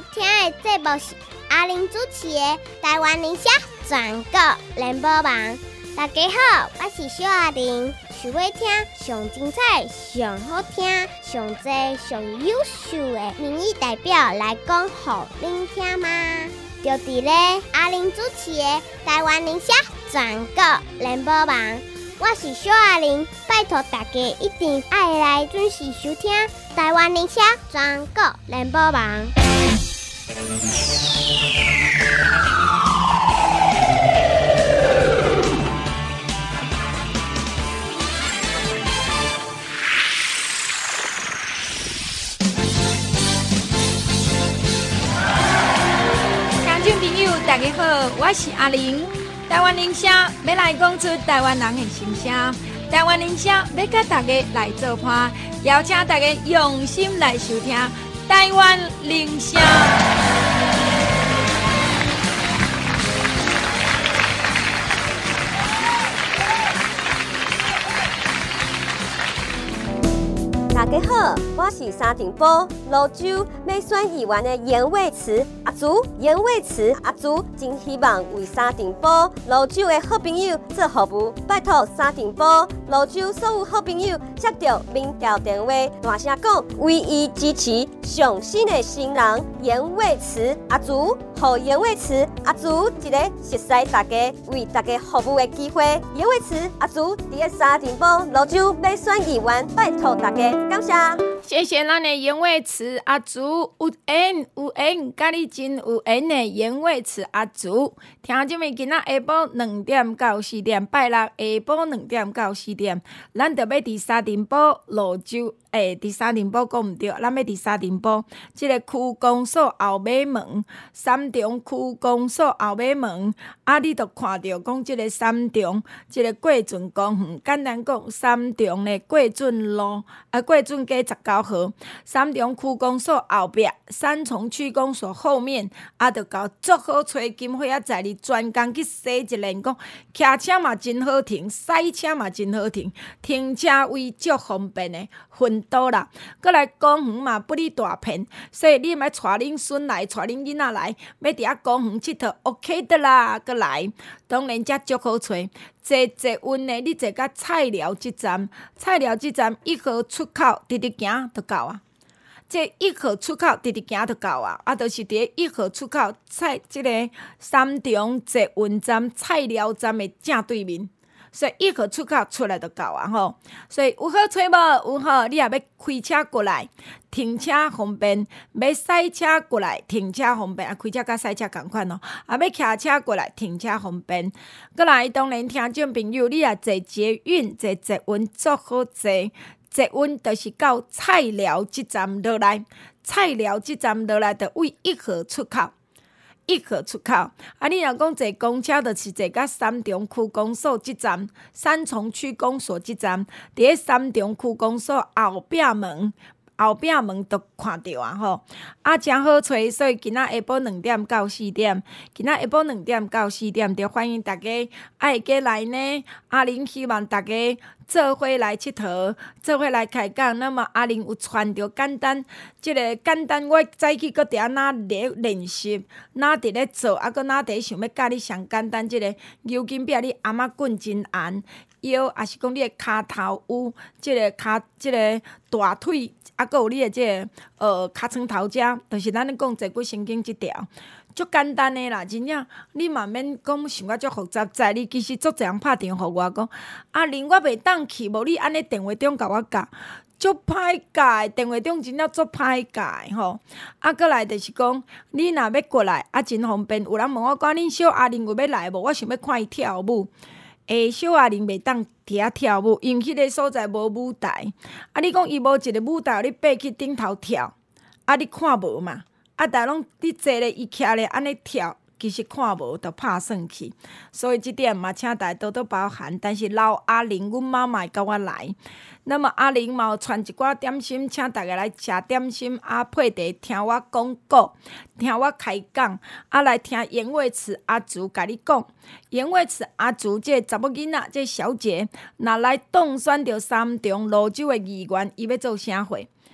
听的节目是阿玲主持的《台湾人社全国联播网》。大家好，我是小阿玲，想要听上精彩、上好听、上多、上优秀的民意代表来讲，给您听吗？就伫咧阿玲主持的《台湾人社全国联播网》。我是小阿玲，拜托大家一定要来准时收听台湾人社全国联播网。 听众朋友，大家好，我是阿玲。台湾人社要来讲出台湾人的心声，台湾人社要甲大家来做伴，邀请大家用心来收听台湾人社。 大家好，我是沙尘暴泸州要选议员的严伟慈阿祖，严伟慈阿祖真希望为沙尘暴泸州的好朋友做服务，拜托沙尘暴泸州所有好朋友接到民调电话，大声讲唯一支持上新的新人严伟慈阿祖，予严伟慈阿祖一个熟悉大家、为大家服务的机会。严伟慈阿祖伫个沙尘暴泸州要选议员，拜托大家。感谢， 谢谢咱的严伟慈阿祖，有缘，甲你真有缘的严伟慈阿祖。听这么今仔下晡2点到4点，拜六下晡2点到4点，咱就要伫沙尘暴泸州。伫沙尘暴讲毋对，咱要伫沙尘暴即个区公所后尾门，三重区公所后尾门，你就看到讲即个三重即个过圳公园，简单讲，三重的过圳路，过圳街19号，三重区公所后壁，三重区公所后面，就到足好找金花在哩专工去洗一轮，讲骑车嘛真好停，驶车嘛真好停，停车位足方便的。分岛啦，搁来公园嘛不哩大片，所以你莫带恁孙来，带恁囡仔来，要伫遐公园佚佗 ，OK 的啦，搁来。当然遮足好找，坐运的，你坐到菜寮即站1号出口直直行就到啊。这1号出口直直行就到啊，就是伫1号出口即个三重坐运站菜寮站的正对面。所以1号出口出来就到啊吼，所以有好找无？有好，你也要开车过来，停车方便；要驶车过来，停车方便。开车甲驶车同款哦。要骑车过来，停车方便。过来，当然听众朋友，你也坐捷运、坐捷运足好坐。捷运就是到菜寮即站落来，菜寮即站落来就为1号出口。1号出口，你若讲坐公车，就是坐到三重区公所即站，三重区公所即站，伫咧三重区公所后壁门就看到啊吼，真好找，所以今仔下晡2点到4点，就欢迎大家爱过来呢。阿玲希望大家做伙来佚佗，做伙来开讲。那么阿玲有传着简单，我早起搁伫哪练习，哪伫咧做，搁哪伫想要教你上简单即个牛筋壁，你阿妈棍真红，腰也是讲你的骹头有即个大腿。搁有你的即个尻川头遮，就是咱咧讲坐骨神经即条，足简单的啦，真正你嘛免讲想甲足复杂。在你其实足侪人拍电话互我讲，阿玲我袂当去，无你安尼电话中甲我教，足歹教，电话中真正足歹教吼。过来就是讲，你若要过来，真方便。有人问我讲，恁小阿玲有要来无？我想要看伊跳舞。小阿玲袂当伫遐跳舞，因迄个所在无舞台。你讲伊无一个舞台，你爬去顶头跳，你看无嘛？大拢你坐咧，伊徛咧安尼跳，其实看无就拍算去。所以即点嘛，请大家多多包涵。但是老阿玲，阮妈妈会甲我来。那么阿玲嘛有传一寡点心，请大家来吃点心，配茶听我讲故，听我开讲，来听严伟慈阿祖甲你讲。严伟慈阿祖这查某囡仔，这小姐，若来当选着三重泸州的议员，伊要做啥货？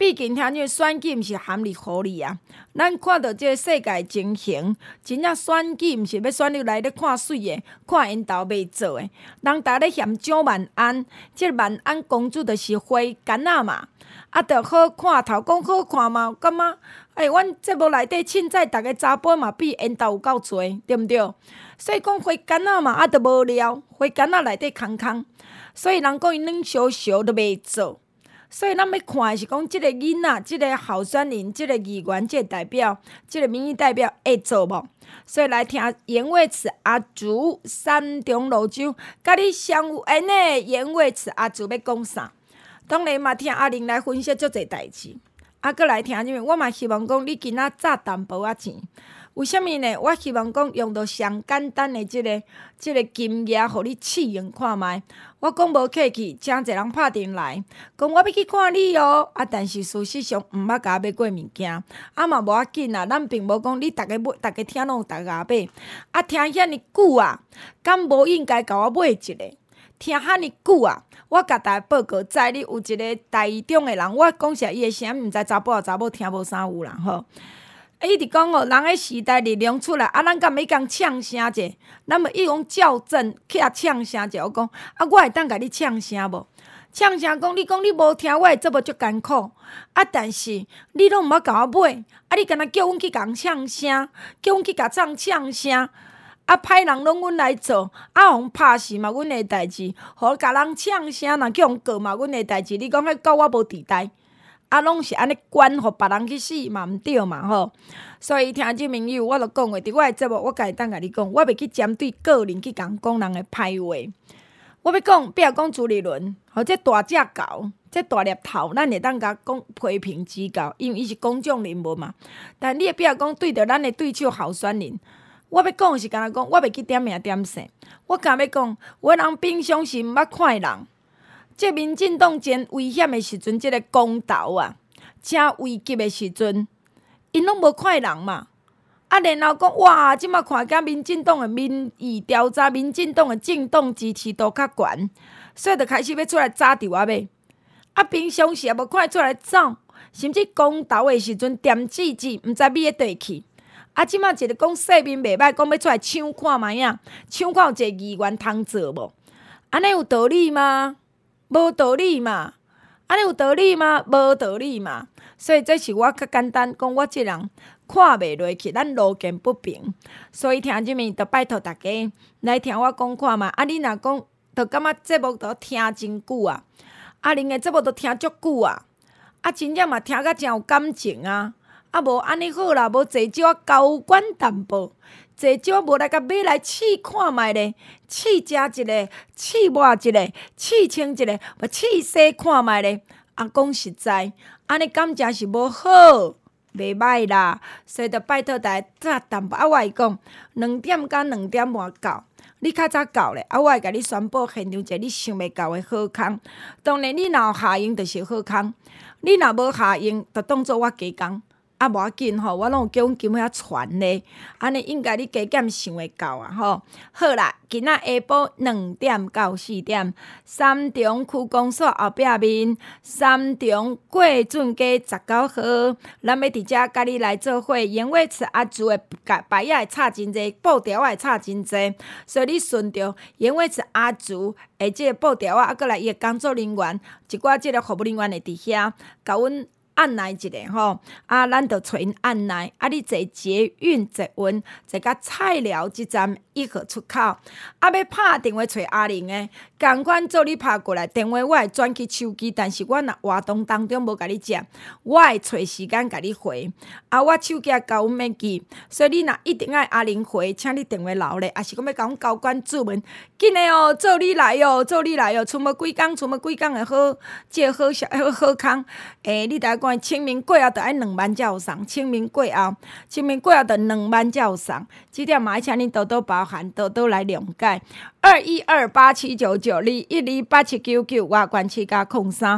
毕竟听这选举毋是含伫乎里啊，咱看到这个世界情形，真正选举毋是要选你来咧看水的，看因兜袂做的。人逐咧嫌蒋万安，即个万安公主就是花干仔嘛，着好看头讲好看嘛，感觉阮节目内底凊彩逐个查甫嘛比因兜有够侪，对毋对？所以讲花干仔嘛，着无聊，花干仔内底空空，所以人讲因软烧烧都袂做。所以咱要看的是讲，即个囡仔、即个候选人、即个议员、即个代表、即个民意代表会做无？所以来听颜伟慈阿竹山中路州，甲你上有缘的颜伟慈阿竹要讲啥？当然嘛，听阿玲来分析足侪代志。搁来听因为我嘛希望讲你今仔早淡薄仔钱。为虾米呢？我希望讲用到上简单的即个金额，互你试用看卖。我讲无客气，诚侪人拍电话来，讲我要去看你哦。但是事实上毋捌甲我买过物件，嘛无要紧啊。咱并无讲你逐个听拢有甲我买，听遐尼久啊，敢无应该甲我买一个？听遐尼久啊，我甲大家报告，知你有一个台中的人，我讲实伊的声，毋知查甫啊查某听无啥有啦吼。伊直讲哦，人的时代力量出来，咱敢要讲呛声者？咱们伊讲校正去呛声者，我讲我会当甲你呛声无？呛声讲你无听，我会做无足艰苦。但是你拢毋捌甲我买，你干那叫阮去共呛声，叫阮去甲唱呛声。歹人拢阮来做，互拍死嘛，阮的代志；互甲人呛声，若叫人告嘛，阮的代志。你讲迄跟我无伫代。拢是安尼管，互别人去死嘛，毋对嘛吼。所以听众朋友，我著讲话，伫我的节目，我家己当甲你讲，我袂去针对个人去共讲人的歹话。我要讲，比如讲朱立伦，这大只狗，这大粒头，咱会当甲讲批评指教，因为伊是公众人物嘛。但你比如讲对着咱的对手候选人，我要讲是干那讲，我袂去点名点姓，我敢要讲，有的人平常时毋捌看人。即民进党真危险的时阵，即个公投啊，真危急的时阵，因拢无看人嘛。然后讲哇，即马看见民进党的民意调查，民进党的政党支持度较悬，所以就开始要出来扎伫我尾。平常时也无看出来走，甚至公投的时阵点姊姊，毋知咪咧倒去。即马一个讲势面袂歹，讲要出来抢看卖啊，抢看有一个议员通做无？安尼有道理吗？无道理嘛，安尼有道理吗？无道理嘛。所以这是我较简单讲，我这人看袂落去，咱路见不平。所以听这面，就拜托大家来听我讲看嘛。你若讲，就感觉节目都听真久啊。恁的节目都听足久啊。真正嘛听甲真有感情啊。无安尼好啦，无坐少高管淡薄。坐少无来甲买来试看卖咧，试食一个，试抹一个，试清一个，试洗看卖咧。讲实在，安尼感情是无好，袂歹啦。所以着拜托大家早淡薄。我会讲2点到2点半到，你较早到咧。我会甲你宣布现场一个你想袂到的好康。当然，你若有下用，就是好康；你若无下用，就当做我加工。无要紧吼，我拢有叫阮金遐传咧，安尼应该你加减想会到啊吼。好啦，今仔下晡2点到4点，三重区公所后壁面，三重过准街19号，咱要伫遮甲你来做伙。颜伟慈阿朱的牌仔会插真济，布条会插真济，所以你顺着颜伟慈阿朱的即个布条啊，搁来伊的工作人员，一寡即个服务人员会伫遐，甲阮按捺一下吼，咱就找因按捺。你坐捷运、坐运，坐到菜寮即站1号出口。要拍电话找阿玲的，共款做你拍过来，电话我会转去手机，但是我若活动当中无甲你接，我会找时间甲你回。我手机交阮免记，所以你若一定爱阿玲回，请你电话留咧，也是讲要甲阮交管主文，紧诶哦，做你来哦，做你来哦，剩无几工诶好，即个好康。你大家讲清明过后就爱2万才有送，清明过后就2万才有送，这点嘛爱请恁多多包涵，多多来谅解。2128799212899外关7加03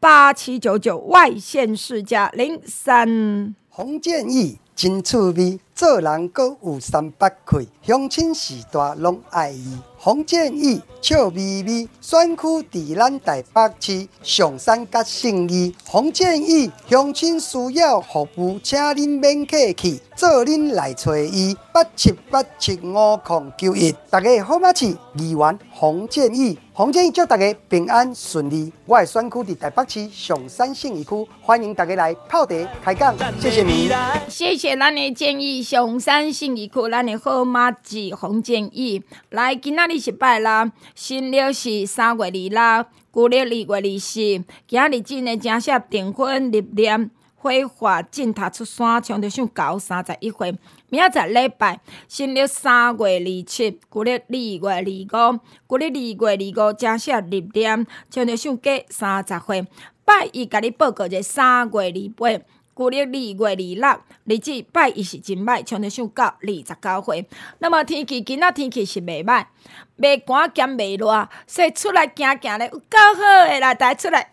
2128799外县市加03。 洪建义真趣味， 做人阁有三八气，乡亲时代拢爱伊。洪建义笑眯眯，选区伫咱台北市上山甲信义。洪建义乡亲需要服务，请恁免客气，做恁来找伊。87875091，大家好吗？是议员洪建义。洪建义祝大家平安顺利。我的选区伫台北市上山信义区，欢迎大家来泡茶开讲，谢谢你。 谢谢咱的建议，上山信义区咱的好妈子洪建义。来，今仔日是拜六，新历是3月26，旧历2月24。今日真的正式订婚入殓。火化进塔出山，唱着上高31岁。明仔载礼拜，新历3月27，旧历2月25，旧历2月25正式入殓，唱着上过30岁。拜一甲你报告者3月28。旧历2月26，日子拜一是真歹，唱着上到29岁。那么天气，今仔天气是袂歹，袂寒兼袂热，所以出来行行咧有够好诶啦！大家出来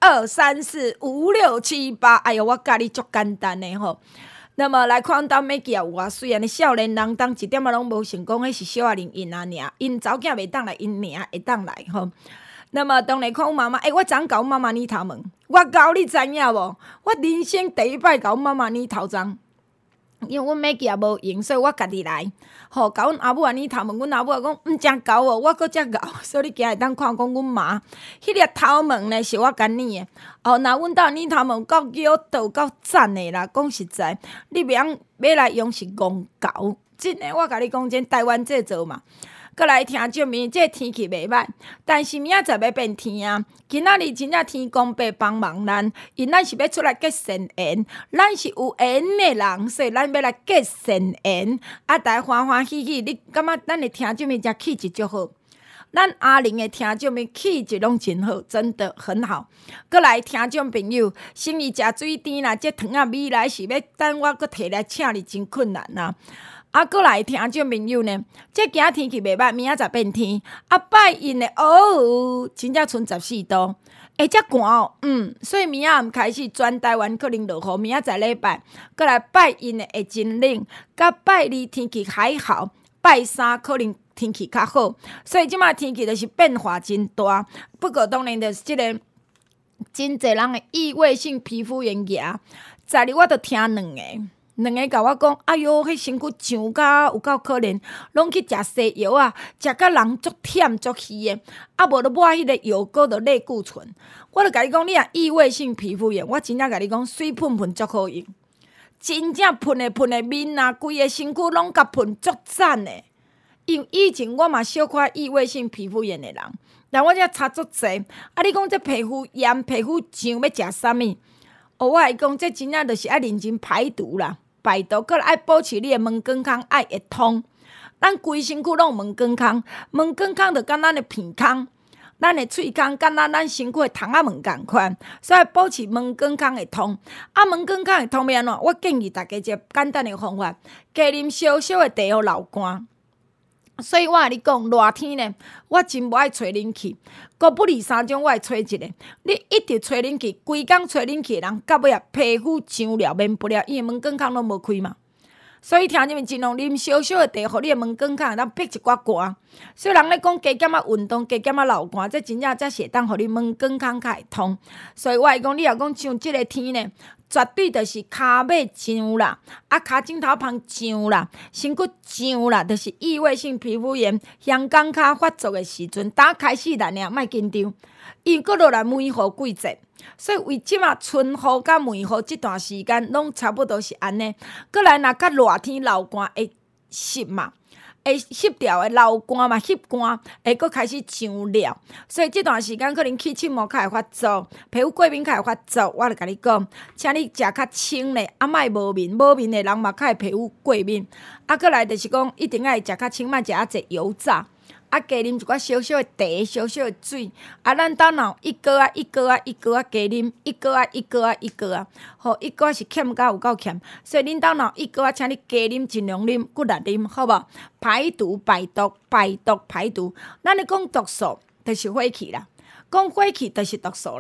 1、2、3、4、5、6、7、8，哎哟，我教你足简单诶吼。那么来看当美记也有偌水安尼少年人当一点仔拢无成功，迄是小阿玲因啊尔，因查某囝袂当来，因娘会当来吼。那么当然看妈妈，我昨甲阮妈妈捏头毛，我教你知影无？我人生第一摆甲阮妈妈捏头鬃，因为阮妹记也无用，所以我家己来。吼，甲阮阿母捏头毛，阮阿母也讲真厚哦，我搁遮厚，所以你今日当看讲阮妈，迄粒头毛呢是我家捏的。哦，那阮兜捏头毛够有道够赞的啦，讲实在，你袂用要来用是戆厚，真的，我甲你讲真，台湾制造嘛。过来听证明，这天气袂歹，但是明仔载要变天啊！今仔日真正天公伯帮忙咱，因咱是要出来结善缘，咱是有缘的人，所以咱要来结善缘。啊，大家欢欢喜喜，你感觉咱的听证明遮气质就好？咱阿玲的听证明气质拢真好，真的很好。过来听众朋友，生意食水甜啦，这糖仔米来是要等我搁摕来请你真困难啦。啊，过来听众朋友呢，这今仔天气袂歹，明仔载变天。啊，拜一呢，哦，真正剩14度，遮寒哦，所以明仔暗开始，全台湾可能落雨。明仔载礼拜，过来拜一呢会真冷，甲拜二天气还好，拜三可能天气较好。所以即马天气就是变化真大。不过当然就是即个真侪人的异位性皮肤炎牙，昨日我都听两个甲我讲，哎哟，迄身躯上甲有够可怜，拢去食西药啊，食甲人足忝足虚的，啊无就抹迄个药膏就类固醇。我就甲你讲，你若异位性皮肤炎，我真正甲你讲，水喷喷足好用，真正喷的面啊，规个身躯拢甲喷足赞的。因为以前我嘛小可异位性皮肤炎的人，但我遮差足济。啊，你讲这皮肤炎、皮肤痒要食啥物？哦，我来讲，这真正就是爱认真排毒啦。排毒，搁爱保持你的门健康爱会通。咱规身躯拢有门健康，门健康就敢咱的鼻孔，咱的喙孔，敢咱身躯的窗仔门共款，所以保持门健康会通。啊，门健康会通要安怎？我建议大家一个简单的方法，加啉少少的茶互流汗。所以我甲你讲，热天呢，我真无爱吹冷气。国不离3种，我会吹一个。你一直吹冷气，规工吹冷气的人，到尾啊皮肤痒了、面不了，因为门健康拢无开嘛。所以听你们尽量啉少少的茶，互你的门健康会当逼一寡寒。所以人咧讲加减仔运动，加减仔流汗，这真正才是会当互你门健康较会通。所以我会讲，你若讲像即个天呢，绝对就是骹尾痒啦，啊骹枕头旁痒啦，身躯痒啦，就是异位性皮肤炎、香港脚发作的时阵，打开始啦尔，莫紧张，因搁落来梅雨季节。所以为即马春雨甲梅雨即段时间，拢差不多是安尼。过来若较热天流汗会湿嘛，会湿掉的流汗嘛，翕汗会搁开始痒了。所以即段时间可能起荨膜较会发作，皮肤过敏较会发作。我就甲你讲，请你食较清咧，啊莫无面，无面的人嘛较会皮肤过敏。啊，过来就是讲一定爱食较清，莫食啊侪油炸。啊，加啉一寡小小的茶，小小的水。啊，咱当然一个啊，加啉，一个啊，吼，一个是欠甲有够欠，所以恁当然一个啊，请你加啉，尽量啉，骨力啉，好无？排毒、排毒。咱咧讲毒素，就是火气啦；讲火气，就是毒素啦。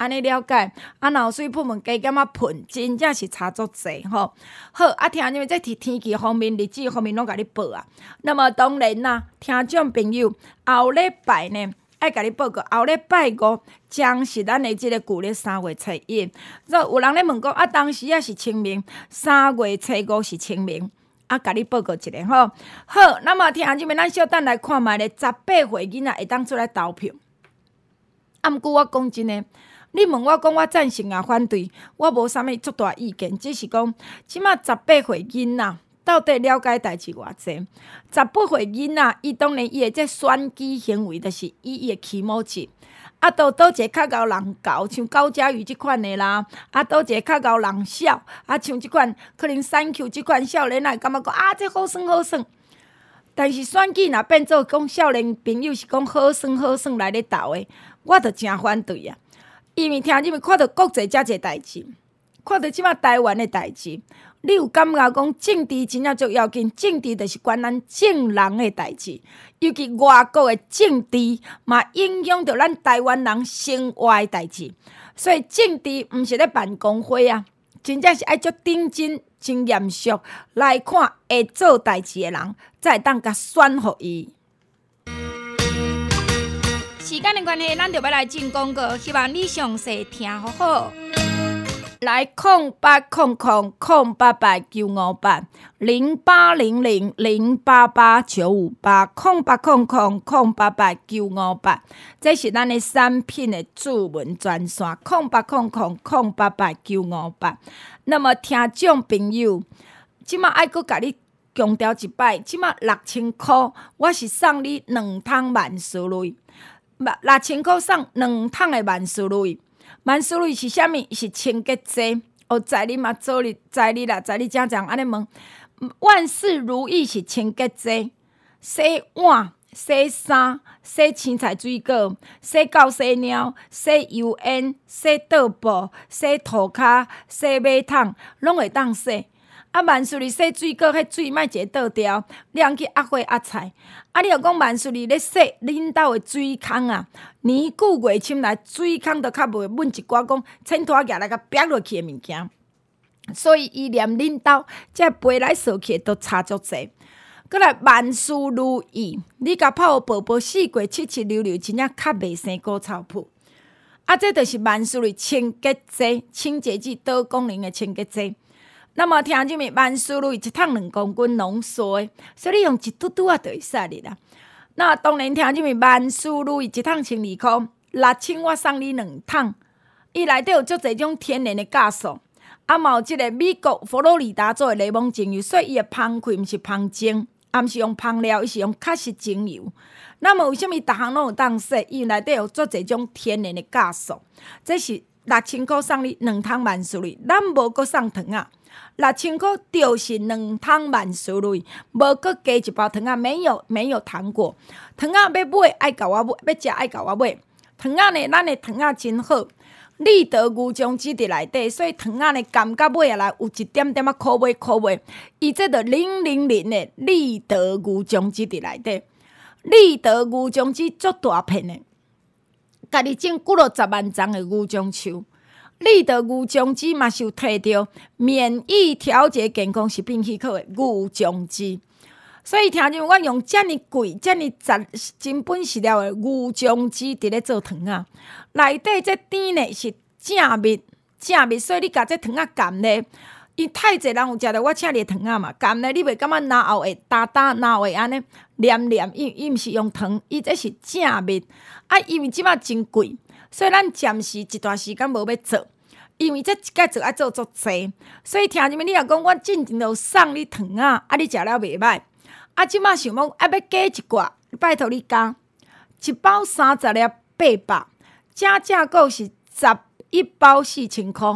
安尼了解。啊，若有水喷门加减喷，真正是差足济吼。好，啊，听你们这天气方面、日子方面拢甲你报啊。那么当然啦，听众朋友，后礼拜呢，爱甲你报告，后礼拜5将是咱的即个旧历3月初1。有人咧问讲，啊，当时是清明，3月初5是清明。啊，甲你报告一下吼。好，那么听即面，咱小等来看卖咧，18岁囡仔会当出来投票。啊，毋过我讲真诶，你问我讲我赞成啊反对，我无啥物足大意见，只是讲即马18岁囡仔到底了解代志偌济？18岁囡仔，伊当然伊诶这选举行为，就是伊诶起毛志。啊，倒一个较高人高，像高嘉瑜即款的啦；啊，倒一个较高人少，啊，像即款可能3Q 即款少年会感觉讲啊，这好耍好耍。但是选举若变做讲少年朋友是讲好耍好耍来咧投的，我就真反对啊！因为听你们看到国际遮济代志，看到即马台湾的代志，你有感觉讲政治真正足要紧？政治就是关咱正人的代志。尤其外国的政治嘛，影响到咱台湾人生活的代志，所以政治毋是咧办公会啊，真正是爱足认真、真严肃来看会做代志的人，才会当甲选互伊。时间的关系，咱就要来进广告，希望你详细听好好。来0800-088-958，0800-088-958，这是咱的产品的主文专线0800-088-958。那么听众朋友，即马爱阁甲你强调一摆，即马6000块，我是送你2桶万事类，6000块送2桶的万事类。万事类是啥物？是清洁剂。哦，在你嘛做你，在你啦，在你正常安尼问。万事如意是清洁剂，洗碗、洗衫、洗青菜水果、洗狗洗猫、洗油烟、洗桌布、洗涂骹、洗马桶，拢会当洗。啊，万事利洗水果，迄水莫一个倒掉，你通去压花压菜。啊，你若讲万事利咧洗恁兜的水坑啊，年久月深来，水坑都较袂稳一寡讲尘土举来甲撇落去的物件。所以伊连恁兜这飞来扫去都差足济。过来万事如意，你甲泡宝宝4过7七溜溜，真正较袂生果草谱。啊，这就是万事利清洁剂、清洁剂多功能的清洁剂。那么听即面万事利一桶2公斤浓缩的，所以你用一嘟嘟啊就会使哩啦。那当然听即面万事利一桶12块，6000我送你2桶。伊内底有足侪种天然的酵素，啊嘛有即个美国佛罗里达做的柠檬精油，所以伊的芳气毋是芳精，啊毋是用芳料，伊是用确实精油。那么为什么逐项拢有当说？因为内底有足侪种天然的酵素，这是6000块送你2桶万事利，咱无阁送糖啊。6000块就是2桶万事利，无阁加一包糖啊，没有糖果。糖啊要买爱甲我买，要食爱甲我买。糖啊呢，咱的糖啊真好，立德牛浆汁伫内底，所以糖啊呢含到尾来有一点点苦味。伊这着000的立德牛浆汁伫内底，立德牛浆汁足大片的，家己种几落10万丛的牛浆树。立德牛浆汁嘛是有摕到免疫调节健康食品许可的牛浆汁，所以听见我用遮尔贵、遮尔真本饲料的牛浆汁伫咧做糖啊，内底这甜呢是正蜜，所以你甲这糖啊含咧，伊太侪人有食到我请你的糖啊嘛，含咧你袂感觉拿后会打，拿后会安尼黏，伊毋是用糖，伊这是正蜜啊，因为即马真贵。所以咱暂时一段时间无要做，因为这一届做爱做足济，所以听你们你若讲我进前就送你糖啊，啊你食了袂歹，啊即马想讲要加一寡，拜托你加一包30粒800，正个是11包4000块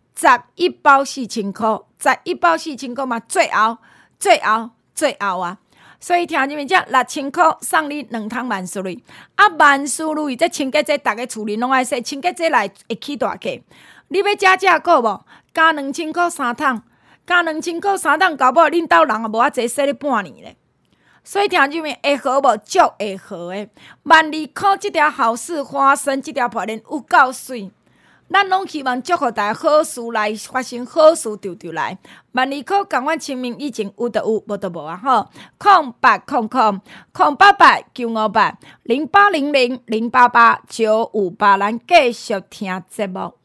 ，11包4000块，11包4000块嘛，最后啊！所以听你们讲6000块送你2桶万事利，啊万事利这清洁剂大家厝里拢爱洗，清洁剂内会起大价。你要食个无？加2000块3桶，加2000块3桶，搞不好恁兜人也无遐济洗咧半年咧。所以听你们会好无？足会好诶！12块这条好事花生这条泡莲有够水， 咱拢希望祝福大家好事来发生，好事直直来。万二块共阮清明以前有就有，无就无啊吼。0800-958-0800-0888-958，咱继续听节目。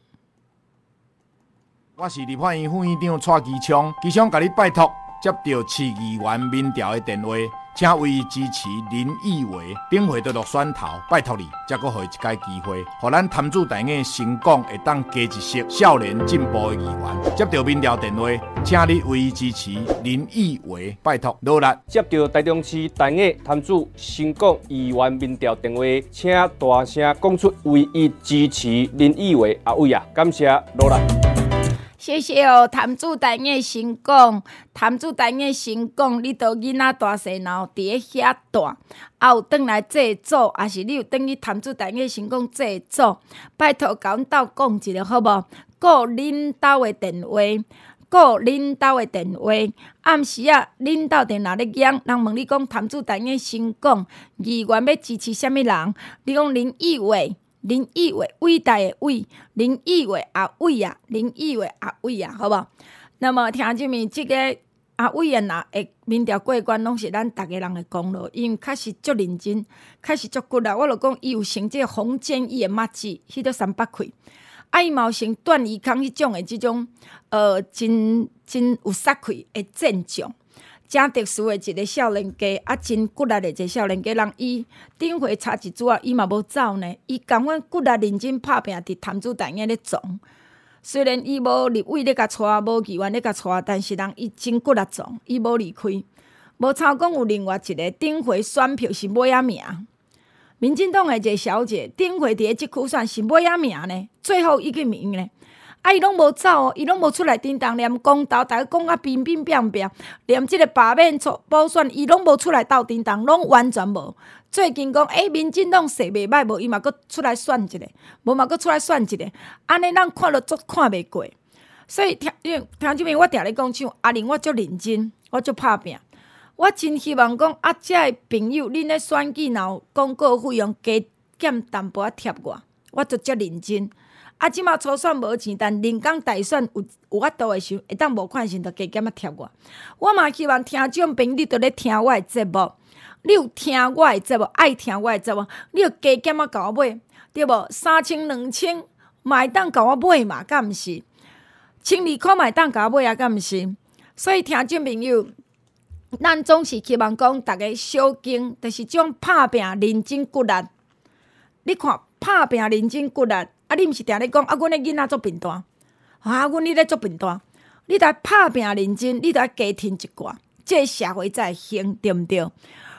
我是立法院副院长蔡其昌，其昌甲你拜托，接到市议员民调的电话，请为支持林义伟顶回得落选头，拜托你，才阁予一届机会，互咱潭子大雅成功会当加一席少年进步的议员。接到民调电话，请你为支持林义伟，拜托努力。 接到台中市大雅潭子成功议员民调电话，请大声讲出唯一支持林义伟阿伟啊！感谢努力。 谢谢哦，潭子大雅成功，潭子大雅成功，你都囡仔大细然后伫遐大，也有转来祭祖，也是你有转去潭子大雅成功祭祖，拜托甲阮斗讲一个好无？顾恁兜的电话，顾恁兜的电话，暗时啊，恁兜电话咧响，人问你讲潭子大雅成功，议员要支持啥物人？你讲林义伟。林义伟，伟大的伟，林义伟阿伟啊，林义伟阿伟啊，好无？那么听这面这个阿伟啊，若会民调过关，拢是咱逐个人的功劳，因为确实足认真，确实足骨力。我就讲伊有成这个洪建义的墨子，迄个300块，啊伊嘛有成段宜康迄种的即种真有杀气的战将。真特殊的一个少年家，啊，真骨力的一个少年家，人伊顶回差一组啊，伊嘛无走呢，伊共阮骨力认真拍拼，伫潭子大雅咧撞。虽然伊无立委咧甲带，无议员咧甲带，但是人伊真骨力撞，伊无离开。无超讲有另外一个顶回选票是尾仔名，民进党的一个小姐顶回伫咧即区选是尾仔名呢，最后一个名呢。啊，伊拢无走哦，伊拢无出来叮当念公道，逐个讲啊乒乒乓乓，念即个罢免补选，伊拢无出来斗叮当，拢完全无。最近讲，民进党势袂歹无，伊嘛阁出来选一个，无嘛阁出来选一个，安尼咱看了足看袂过。所以听这边我定咧讲，像阿玲，我足认真，我足拍拼，我真希望讲啊，遮个朋友，恁咧选举若有广告费用加减淡薄仔贴我足认真。啊，即马初选无钱，但人工大选有法度的时候，会当无款时就加减啊贴我。我嘛希望听众朋友你都咧听我的节目，你有听我的节目，爱听我的节目，你就加减啊甲我买，对无？3000、2000，嘛会当甲我买嘛，敢毋是？1200块嘛会当甲我买啊，敢毋是？所以听众朋友，咱总是希望讲大家小经，就是种拍拼、认真骨力。你看拍拼、认真骨力。啊！你毋是定咧讲啊？阮的囡仔做笨蛋，啊！阮你咧做笨蛋，你得拍拼认真，你得加听一寡，这社会才会行，对毋对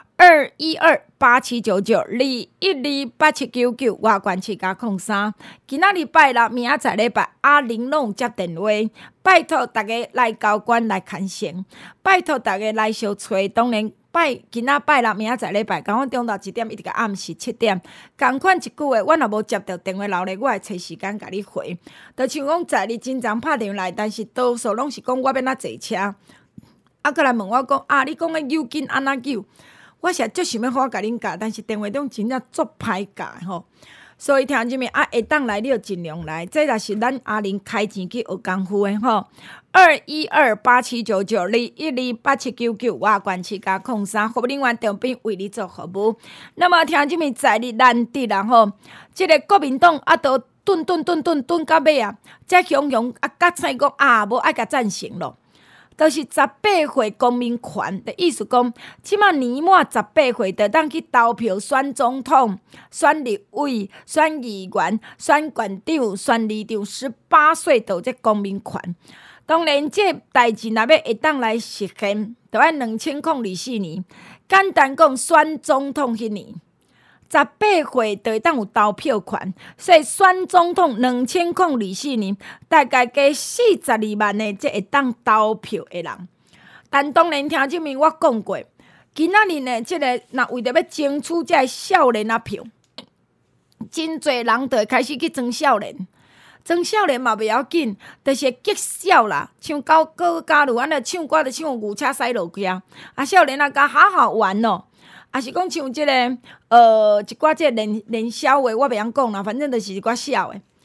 ？2128799212899外关市加03，今仔日拜六，明仔载礼拜，阿玲拢有接电话，拜托大家来交关来牵线，拜托大家来相找，当然。今仔拜六，明仔载礼拜，共阮中昼1点一直到暗时7点，共款一句话，我若无接到电话留咧，我会找时间甲你回。就像讲在你真常拍电话来，但是多数拢是讲我要哪坐车，啊，过来问我讲啊，你讲的邮金安怎邮？我是足想要好甲恁教，但是电话中真正足歹教吼。所以听即面啊，会当来你就尽量来，这才是咱阿玲开钱去学功夫的吼。2128799212899外关市加03，服务人员中兵为你做服务。那么听即面在日难得啦吼，即个国民党啊都蹲到尾啊，才雄雄啊甲菜讲啊，无爱甲赞成咯。就是18岁公民权的意思讲，即马年满18岁，就当去投票选总统、选立委、选议员、选县长、选里长。18岁就有这公民权。当然，这代志若要会当来实现，就要2024年。简单讲，选总统迄年。18岁就会当有投票权，所以选总统2024年大概加42万的这会当投票的人。但当然听这面我讲过，今仔日呢，这个若为着要争取这少年票，真侪人就会开始去装少年。装少年嘛袂要紧，就是激少啦，像高加入安尼唱歌就唱牛车驶落去啊，少年啊，甲好好玩哦。也是讲像即个一寡即个年少的，我袂晓讲啦，反正就是一寡少的。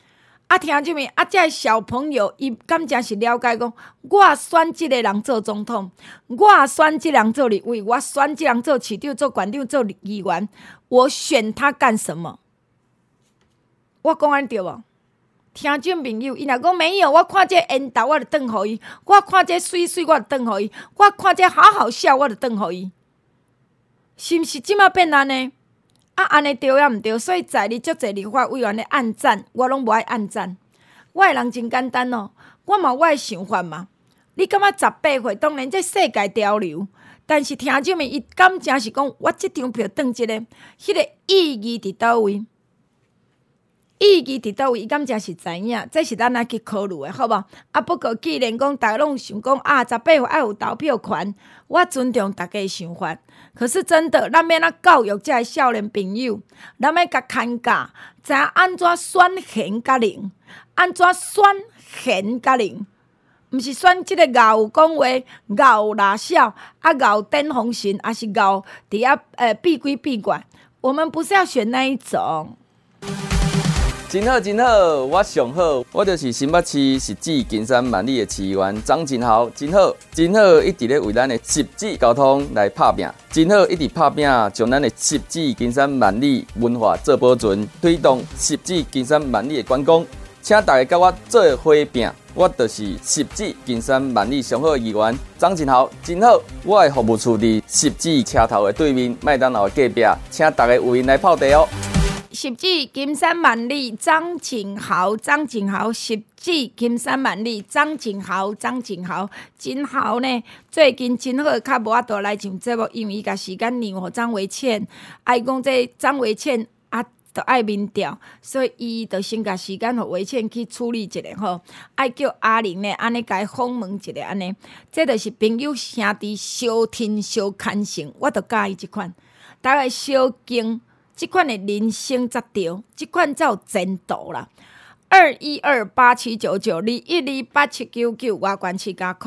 听即面这小朋友伊敢真是了解讲，我选即个人做总统，我选即人做立委，我选即人做市长、做县长、做议员，我选他干什么？我讲安对无？听众朋友，伊若讲没有，我看这烟斗我就转互伊，我看这水水我就转互伊，我看这好好笑我就转互伊，是毋是即马变安尼？安尼对也毋对？所以在哩足侪立法委员咧按赞，我拢无爱按赞。我的人真简单哦，我嘛我的想法嘛。你感觉18岁，当然这世界潮流，但是听众们伊敢真是讲，我即张票转即个，迄个意义伫倒位？意义伫倒位？伊敢真是知影，这是咱来去考虑的，好无？不过既然讲大家拢想讲18岁爱有投票权，我尊重大家的想法。可是真的，咱要怎教育这少年朋友？咱要甲牵教，知影安怎选贤甲能，安怎选贤甲能，毋是选即个咬讲话、咬拉笑、咬灯红神，还是咬伫遐闭规闭关。我们不是要选那一种。 真好真好，我上好，我就是新北市汐止金山万里的市议员张金豪，真好真好，一直咧为咱的汐止交通来拍拼，真好一直拍拼，将咱的汐止金山万里文化做保存，推动汐止金山万里的观光，请大家甲我做伙拼。我就是汐止金山万里上好的议员张金豪，真好，我的服务处伫汐止车头的对面，麦当劳的隔壁，请大家有闲来泡茶哦。 汐止金山万里张景豪，张景豪，汐止金山万里张景豪，张景豪，真豪呢！最近真好，较无法度来上节目，因为伊甲时间让互张维倩，爱讲这张维倩就爱民调，所以伊就先甲时间互维倩去处理一下吼，爱叫阿玲呢安尼甲伊访问一下安尼，这就是朋友兄弟相亲相牵性，我就介意即款，大家相敬。即款的人生则对，即款才有前途啦。212879921287799外关市加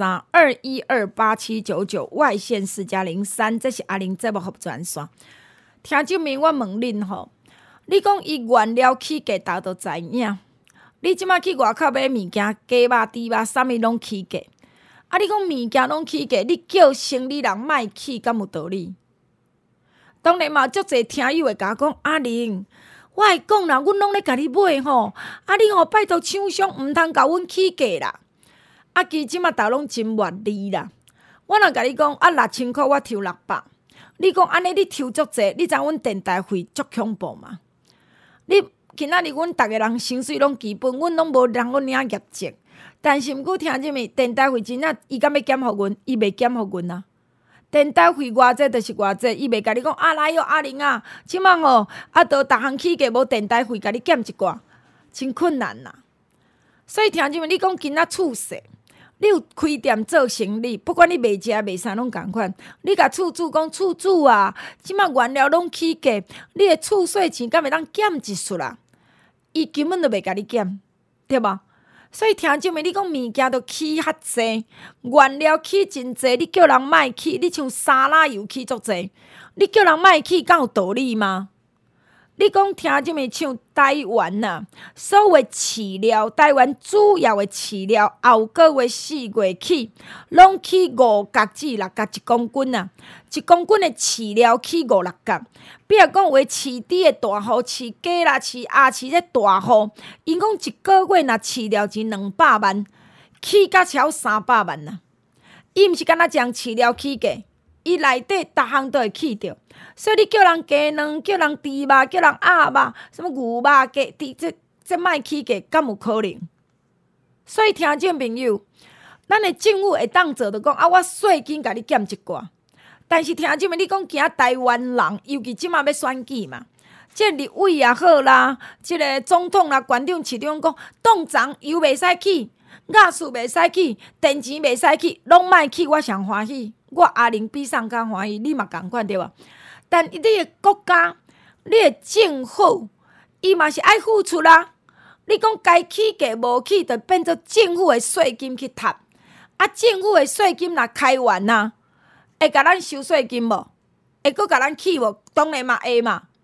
03，2128799外县市加03，这是阿玲节目服专线。听众们，我问恁吼，你讲伊原料起价，大家都知影。你即马去外口买物件，鸡肉、猪肉，啥物拢起价。你讲物件拢起价，你叫生理人莫起，敢有道理？当然嘛，足侪听友会甲我讲，阿玲，我会讲啦，阮拢咧甲你买吼，你吼拜托厂商毋通甲阮起价啦。其实即马大拢真愿意啦。我若甲你讲，6000块我抽600，你讲安尼你抽足济，你知阮电台费足恐怖嘛？你今仔日阮逐个人薪水拢基本，阮拢无人阮领业绩，但是毋过听即物电台费真正伊敢要减互阮，伊袂减互阮啊。电台费偌济就是偌济，伊袂甲你讲来哟阿玲啊，即摆吼都逐项起价无电台费，甲你减一寡，真困难啦。所以听即物你讲今仔厝势，你有开店做生意，不管你卖食卖啥拢共款。你甲厝主讲厝主啊，即摆原料拢起价，你的厝税钱敢会当减一束啦？伊根本就袂甲你减，对无？所以听众们，你讲物件都起遐济，原料起真济，你叫人莫起，你像沙拉油起足济，你叫人莫起，敢有道理吗？你讲听众们像台湾呐，所有的饲料，台湾主要的饲料，后个月4月起，拢起5角至6角1公斤啊，1公斤的饲料起5、6角。比如讲，话饲猪的大户、饲鸡啦、饲鸭、饲这大户，因讲一个月若饲料钱200万，起甲超300万呐。伊毋是干那将饲料起价，伊内底逐项都会起着。所以你叫人鸡卵，叫人猪肉，叫人鸭肉，什么牛肉、鸡，这莫起价，敢有可能？所以听众朋友，咱的政府会当做着讲我税金甲你减一寡。但是听众们，你讲行台湾人，尤其即马要选举嘛，即立委也好啦，即个总统啦、县长、市长讲，冻涨油袂使起，雅士袂使起，电钱袂使起，拢莫起，我上欢喜。我阿玲比上较欢喜，你嘛共款对吧？但你的国家，你的政府，伊嘛是爱付出啦。你讲该起价无起，就变做政府的税金去摊。政府的税金若开源啊，会甲咱收税金无？会阁甲咱起无？当然嘛会嘛。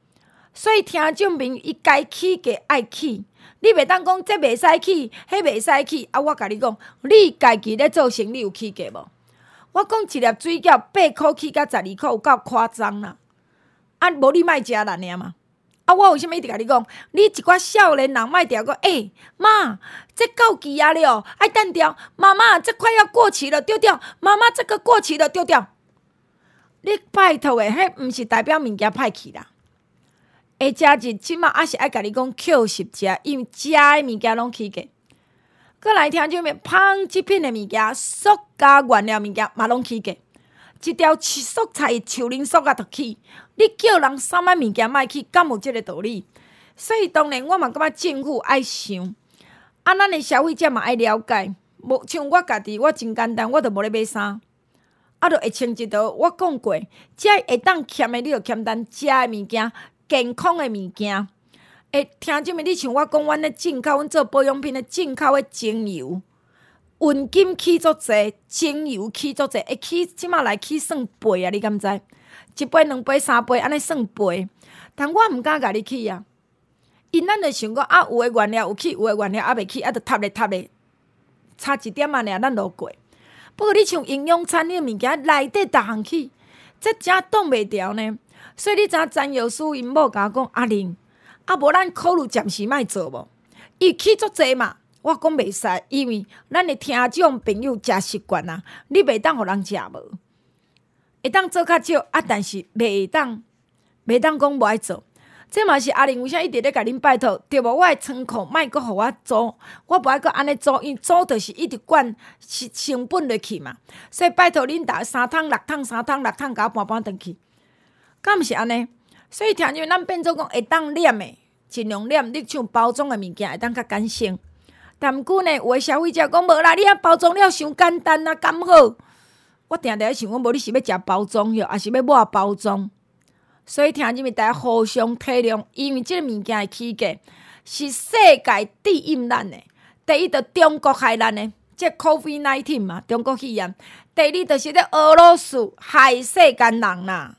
所以听众朋友，伊该起价爱起，你袂当讲这袂使起，迄袂使起。啊，我甲你讲，你家己咧做生意有起价无？我讲一粒水饺8块起到12块，有够夸张啦！啊，无你莫食啦，尔嘛。啊，我为什么一直甲你讲？你一寡少年人莫调讲，妈，这到期啊了，爱等掉。妈妈，这快要过期了，丢掉。妈妈，这个过期了，丢掉。你拜托诶，迄毋是代表物件歹去啦。下食日即马还是爱甲你讲扣实食，因为食诶物件拢起价。过来听种面纺织品诶物件、塑胶原料物件嘛拢起价。一条蔬菜树林蔬啊，就起。你叫人啥物物件莫起，敢有即个道理？所以当然，我嘛感觉政府爱想，咱诶消费者嘛爱了解。无像我家己，我真简单，我就无咧买衫，就会穿一道。我讲过，遮会当欠诶，你就欠单食诶物件。健康的物件，听即么？你像我讲，阮咧进口，阮做保养品咧进口的精油，运金起足济，精油起足济，会起即马来起算倍啊！你敢知？一杯、2杯、3杯，安尼算倍。但我毋敢甲你起啊，因咱就想讲啊，有诶原料有起，有诶原料还袂起，就塌咧，差一点仔尔，咱落过。不过你像营养餐的物件，内底逐项起，这真挡袂牢呢。所以你知影詹药师因某甲我讲阿玲，无咱考虑暂时莫做无？伊起足济嘛，我讲袂使，因为咱的听众朋友食习惯啊，你袂当互人食无，会当做较少啊，但是袂当讲无爱做。这嘛是阿玲为啥一直咧甲恁拜托，对无？我的仓库莫阁互我租，我无爱阁安尼租，因为租就是一直管成本落去嘛。所以拜托恁逐3桶、6桶、3桶、6桶，甲我搬转去。敢毋是安尼？所以听见咱变做讲会当念的，尽量念。你像包装的物件会当较简省。但毋过呢，有的消费者讲无啦，你啊包装了伤简单啊，敢好？我定定想讲，无你是要食包装哟，还是要抹包装？所以听见咪大家互相体谅，因为即个物件的起价是世界第一咱的。第一，就中国害咱的，即 COVID-19 嘛，中国肺炎。第二，就是咧俄罗斯害世间人啦。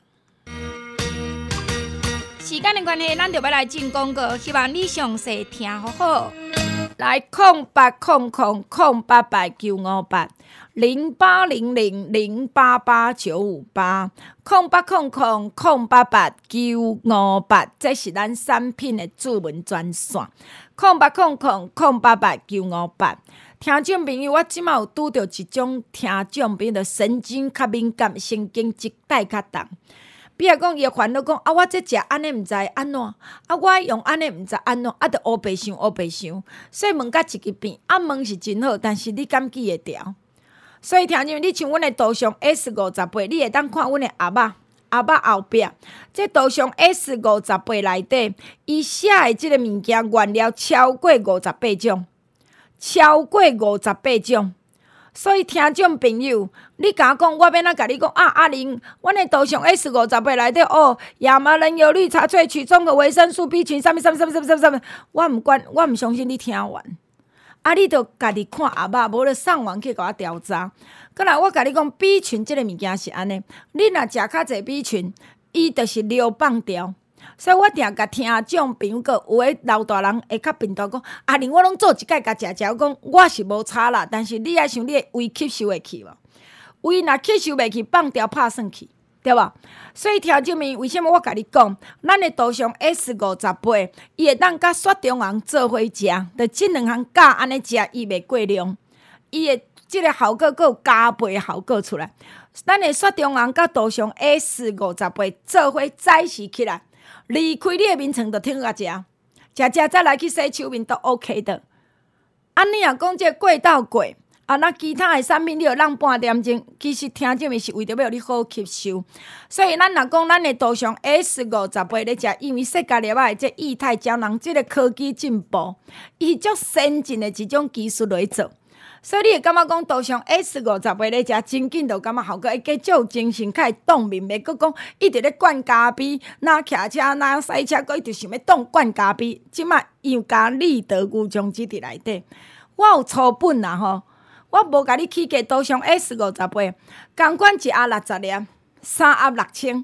时间的关系，咱就要来进广告，希望你详细听好好。来0800088958 0800088958，0800088958，这是咱产品的主文专线。0800088958，听众朋友，我即马有拄到一种听众朋友的神经较敏感，神经质带较重。比如讲，伊会烦恼讲啊，我这食安尼毋知安怎，啊，我用安尼毋知安怎，啊，着乌白想。所以问甲一个病，啊，问是真好，但是你敢记会牢？所以听见你像阮的图像 S58，你会当看阮的鸭肉后壁，这图像 S58内底，伊写的即个物件原料超过58种，所以听众朋友，你甲我讲，我要哪甲你讲啊？阿玲，阮的图像 S58内底亚麻仁油绿茶萃取综合维生素 B 群，什么，我毋管，我毋相信你听完。啊，你着家己看鸭肉，无就上网去甲我调查。过来，我甲你讲 B 群即个物件是安尼，你若食较侪 B 群，伊就是流放掉。所以我定甲听众朋友个有诶老大人会较频道讲，阿玲我拢做一届甲食，讲我是无差啦，但是你爱想你的胃吸收会去无？胃若吸收袂去，放掉拍算去，对吧？所以听众们，为什么我甲你讲，咱的图像 S58，伊会当甲雪中红做伙食，着即两项加安尼食，伊袂过量，伊的即个效果佫有加倍的效果出来。咱的雪中红甲图像 S58做伙再试起来。离开你的眠床，就挺甲食再来去洗手面都 OK 的。安尼若讲这过到过，那其他的产品你要让半点钟，其实听众们是为着要你好吸收。所以咱若讲咱的图像 S58咧食，因为世界了的这液态胶囊，这个科技进步，伊足先进的一种技术来做。所以你会感觉讲图像 S58咧食，真紧就感觉效果会加足精神，较会冻面，袂阁讲一直咧灌咖啡，哪骑车哪驶车，佫一直想要灌咖啡。即摆又加利得牛浆汁伫内底，我有粗本啦吼，我无甲你起价图像 S58，共款一盒60粒，3盒6000，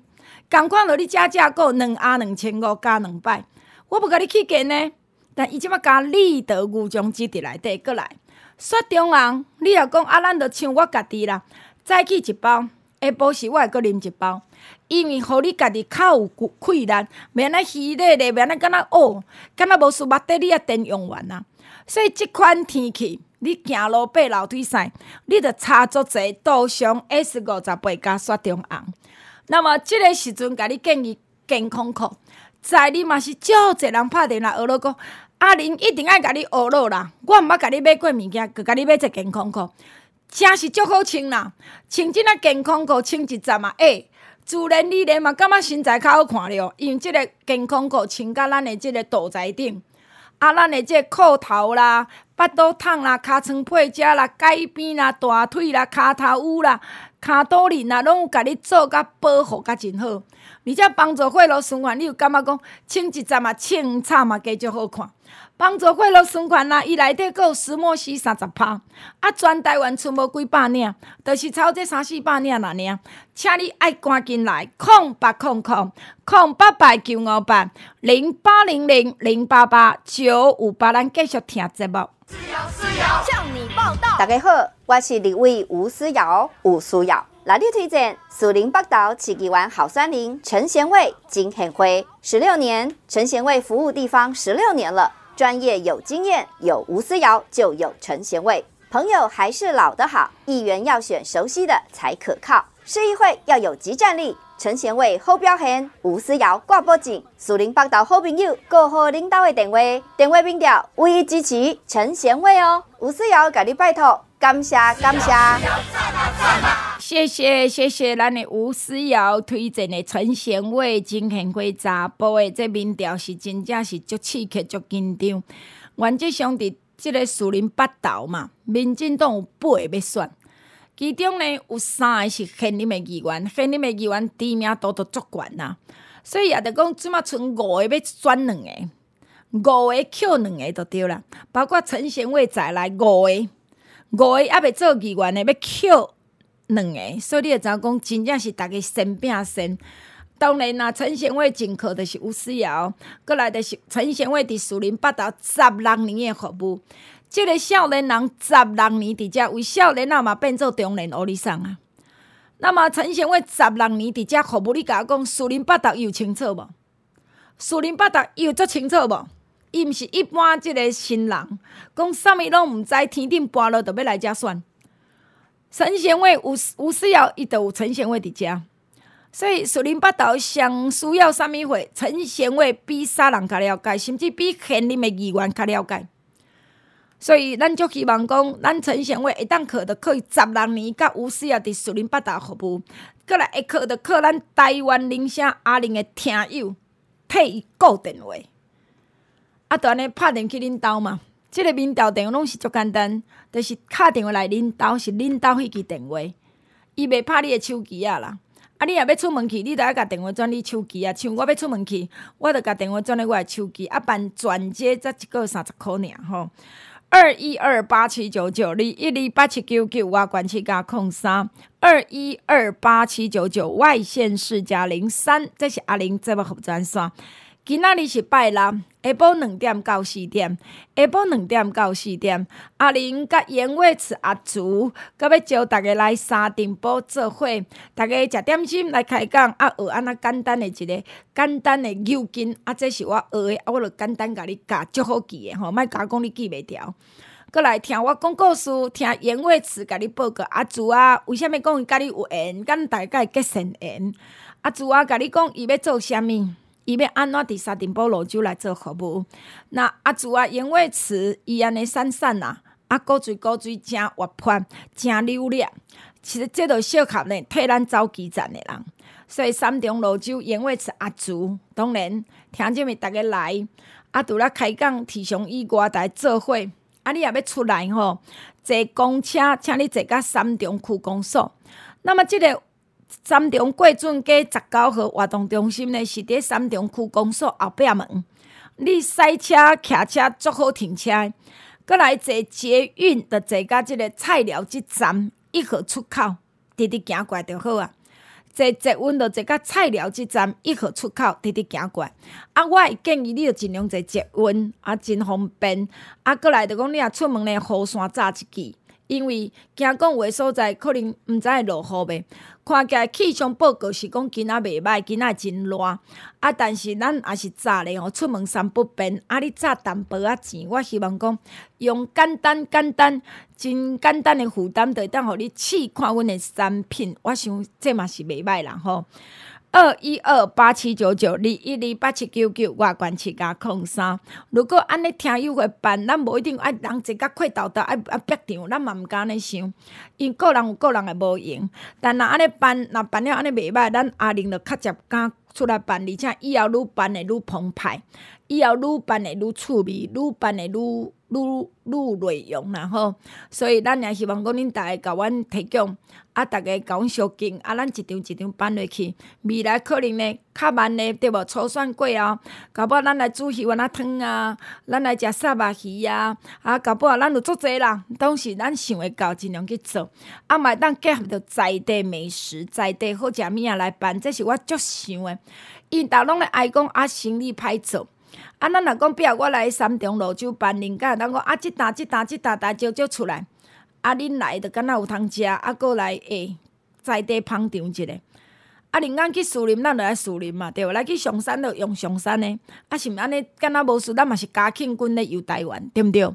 同款，你食个22500加2摆，我无甲你起价呢。但伊即摆加立德牛酱汁伫内底过来，雪中红，你若讲咱就像我家己啦，早起1包，下晡时我会阁啉1包，因为互你家己较有气力，免安虚咧咧，免安敢若敢若无输目底，你也电用完啊。所以即款天气，你行路爬楼梯赛，你着擦足侪杜尚 S58加雪中红。那么即个时阵，甲你建议健康裤，在你嘛是足侪人拍电话学了讲。阿玲一定爱甲你学咯啦，我毋捌甲你买过物件，佮甲你买一健康裤，真是足好穿啦。穿即个健康裤，穿一站啊，自然你连嘛感觉身材较好看了，因为即个健康裤穿甲咱的即个肚脐顶，咱的即个裤头啦、巴肚筒啦、尻川配遮啦、改边啦、大腿啦、骹头乌啦、骹肚鳞啦，拢有甲你做甲保护甲真好，而且帮助血路循环。你有感觉讲穿一站啊，穿惨嘛加足好看。帮助血路循环啦，伊内底阁有石墨烯30%，全台湾剩无几百领，就是超这300-400领啦领。请你爱赶紧来0800-988-0800-088-958，咱继续听节目。 向你报道。 大家好，我是立委吴思瑶，吴思瑶。来力推荐树林北岛市议员郝酸林、陈贤惠、金显辉16年，陈贤惠服务地方16年了。专业有经验，有吴思瑶就有陈贤惠。朋友还是老的好，议员要选熟悉的才可靠。市议会要有即战力，陈贤惠好表现，吴思瑶挂保证。树林北岛好朋友，过好领导的电话民调，唯一支持陈贤惠哦。吴思瑶甲你拜托，感谢。 谢谢咱的吴思瑶推荐的陈贤惠、金显辉查甫的这民调是真正是足刺激、足紧张。原则上伫即个树林北投嘛，民进党有8个要选，其中呢有3个是现任的议员，现任的议员知名度都足悬啦，所以也着讲即马剩5个要选2个，5个扣2个就对啦，包括陈贤惠在内5个还未做议员的要扣2个，所以你就知影讲，真正是大家先拼先。当然啦，陈贤惠正靠就是吴思瑶，过来就是陈贤惠伫树林北投16年的服务。即个少年人16年伫遮，为少年仔嘛变做中年乌里送啊。那么陈贤惠16年伫遮服务，你甲我讲树林北投有清楚无？树林北投有足清楚无？伊毋是一般即个新人，讲啥物拢毋知，天顶搬落就要来遮选。陈贤惠吴思瑶伊就有陈贤惠伫遮，所以树林北投上需要啥物货，陈贤惠比啥人较了解，甚至比现任的议员较了解。所以咱足希望讲，咱陈贤惠会当靠伊16年，甲吴思瑶伫树林北投服务，过来会靠咱台湾铃声阿玲的听友替伊固电话，就安尼拍电去恁兜嘛。即个民调电话拢是足简单，就是敲电话来恁兜，是恁兜迄支电话，伊袂拍你的手机啊啦。你若要出门去，你著要甲电话转你手机啊。像我要出门去，我著甲电话转咧我的手机，办转接才1个30块尔吼。212879921187799外关市加03，2128799外县市加03，这是阿玲节目服专线。今仔日是拜六，下晡2点到4点，下晡2点到4点，阿玲甲严伟慈阿竹，佮要招大家来沙丁堡做伙，大家食点心来开讲，学安那简单的一个简单的牛筋，这是我学的，我就简单甲你教，足好记的吼，莫甲我讲你记袂牢。过来听我讲故事，听严伟慈甲你报告阿竹啊，为虾米讲伊甲你有缘，敢大家结善缘？阿竹啊，甲你讲伊要做啥物？伊要安怎伫沙丁堡泸州来做服务？那阿竹啊，严伟慈伊安尼散啦，古锥真活泼，真流利。其实这就适合呢替咱走基站的人。所以三重泸州严伟慈阿竹，当然听这么大家来，除了开讲提倡以外，大家做伙。你也要出来吼，坐公车，请你坐到三重区公所。那么这个三重过准街19号活动中心呢，是伫三重区公所后壁门。你塞车、骑车足好停车。过来坐捷运，就坐到这个菜鸟这站1号出口，直直行过来就好啊。 坐捷运就坐到菜鸟这站1号出口直直行过来。我会建议你就尽量坐捷运，真方便。过来就讲你若出门咧，雨伞扎一支。因为惊讲有诶所在可能毋知会落雨袂，看起来气象报告是讲今仔袂歹，今仔真热。但是咱也是早咧吼，出门三不便。你早淡薄仔钱，我希望讲用简单、真简单诶负担，就会当互你试看阮诶产品。我想这嘛是袂歹啦吼。212879921287999外观7加03。如果安尼听友会办，咱无一定爱人坐甲快斗逼场，咱嘛毋敢安尼想，因个人有个人诶无用。但若安尼办，若办了安尼袂歹，咱阿玲就较接敢出来办，而且以后愈办会愈澎湃，以后愈办会愈趣味，愈办会愈内容啦吼。所以咱也希望讲恁大家甲阮提供，大家甲阮相敬，咱一场一场办落去。未来可能呢较慢呢，对无？初选过后，搞不好咱来煮鱼丸仔汤啊，咱来食沙巴鱼啊，搞不好咱有足侪啦，拢是咱想会到，尽量去做。嘛当结合着在地美食、在地好食物来办，这是我足想的。因逐拢咧爱讲生意歹做。咱若讲比如我来三重泸州办，人家当讲即单大招出来，恁来就敢若有通食，搁来在地捧场一下。人家去树林，咱就来树林嘛，对无？来去上山就用上山的，是毋安尼？敢若无事，咱嘛是嘉庆军咧游台湾，对毋对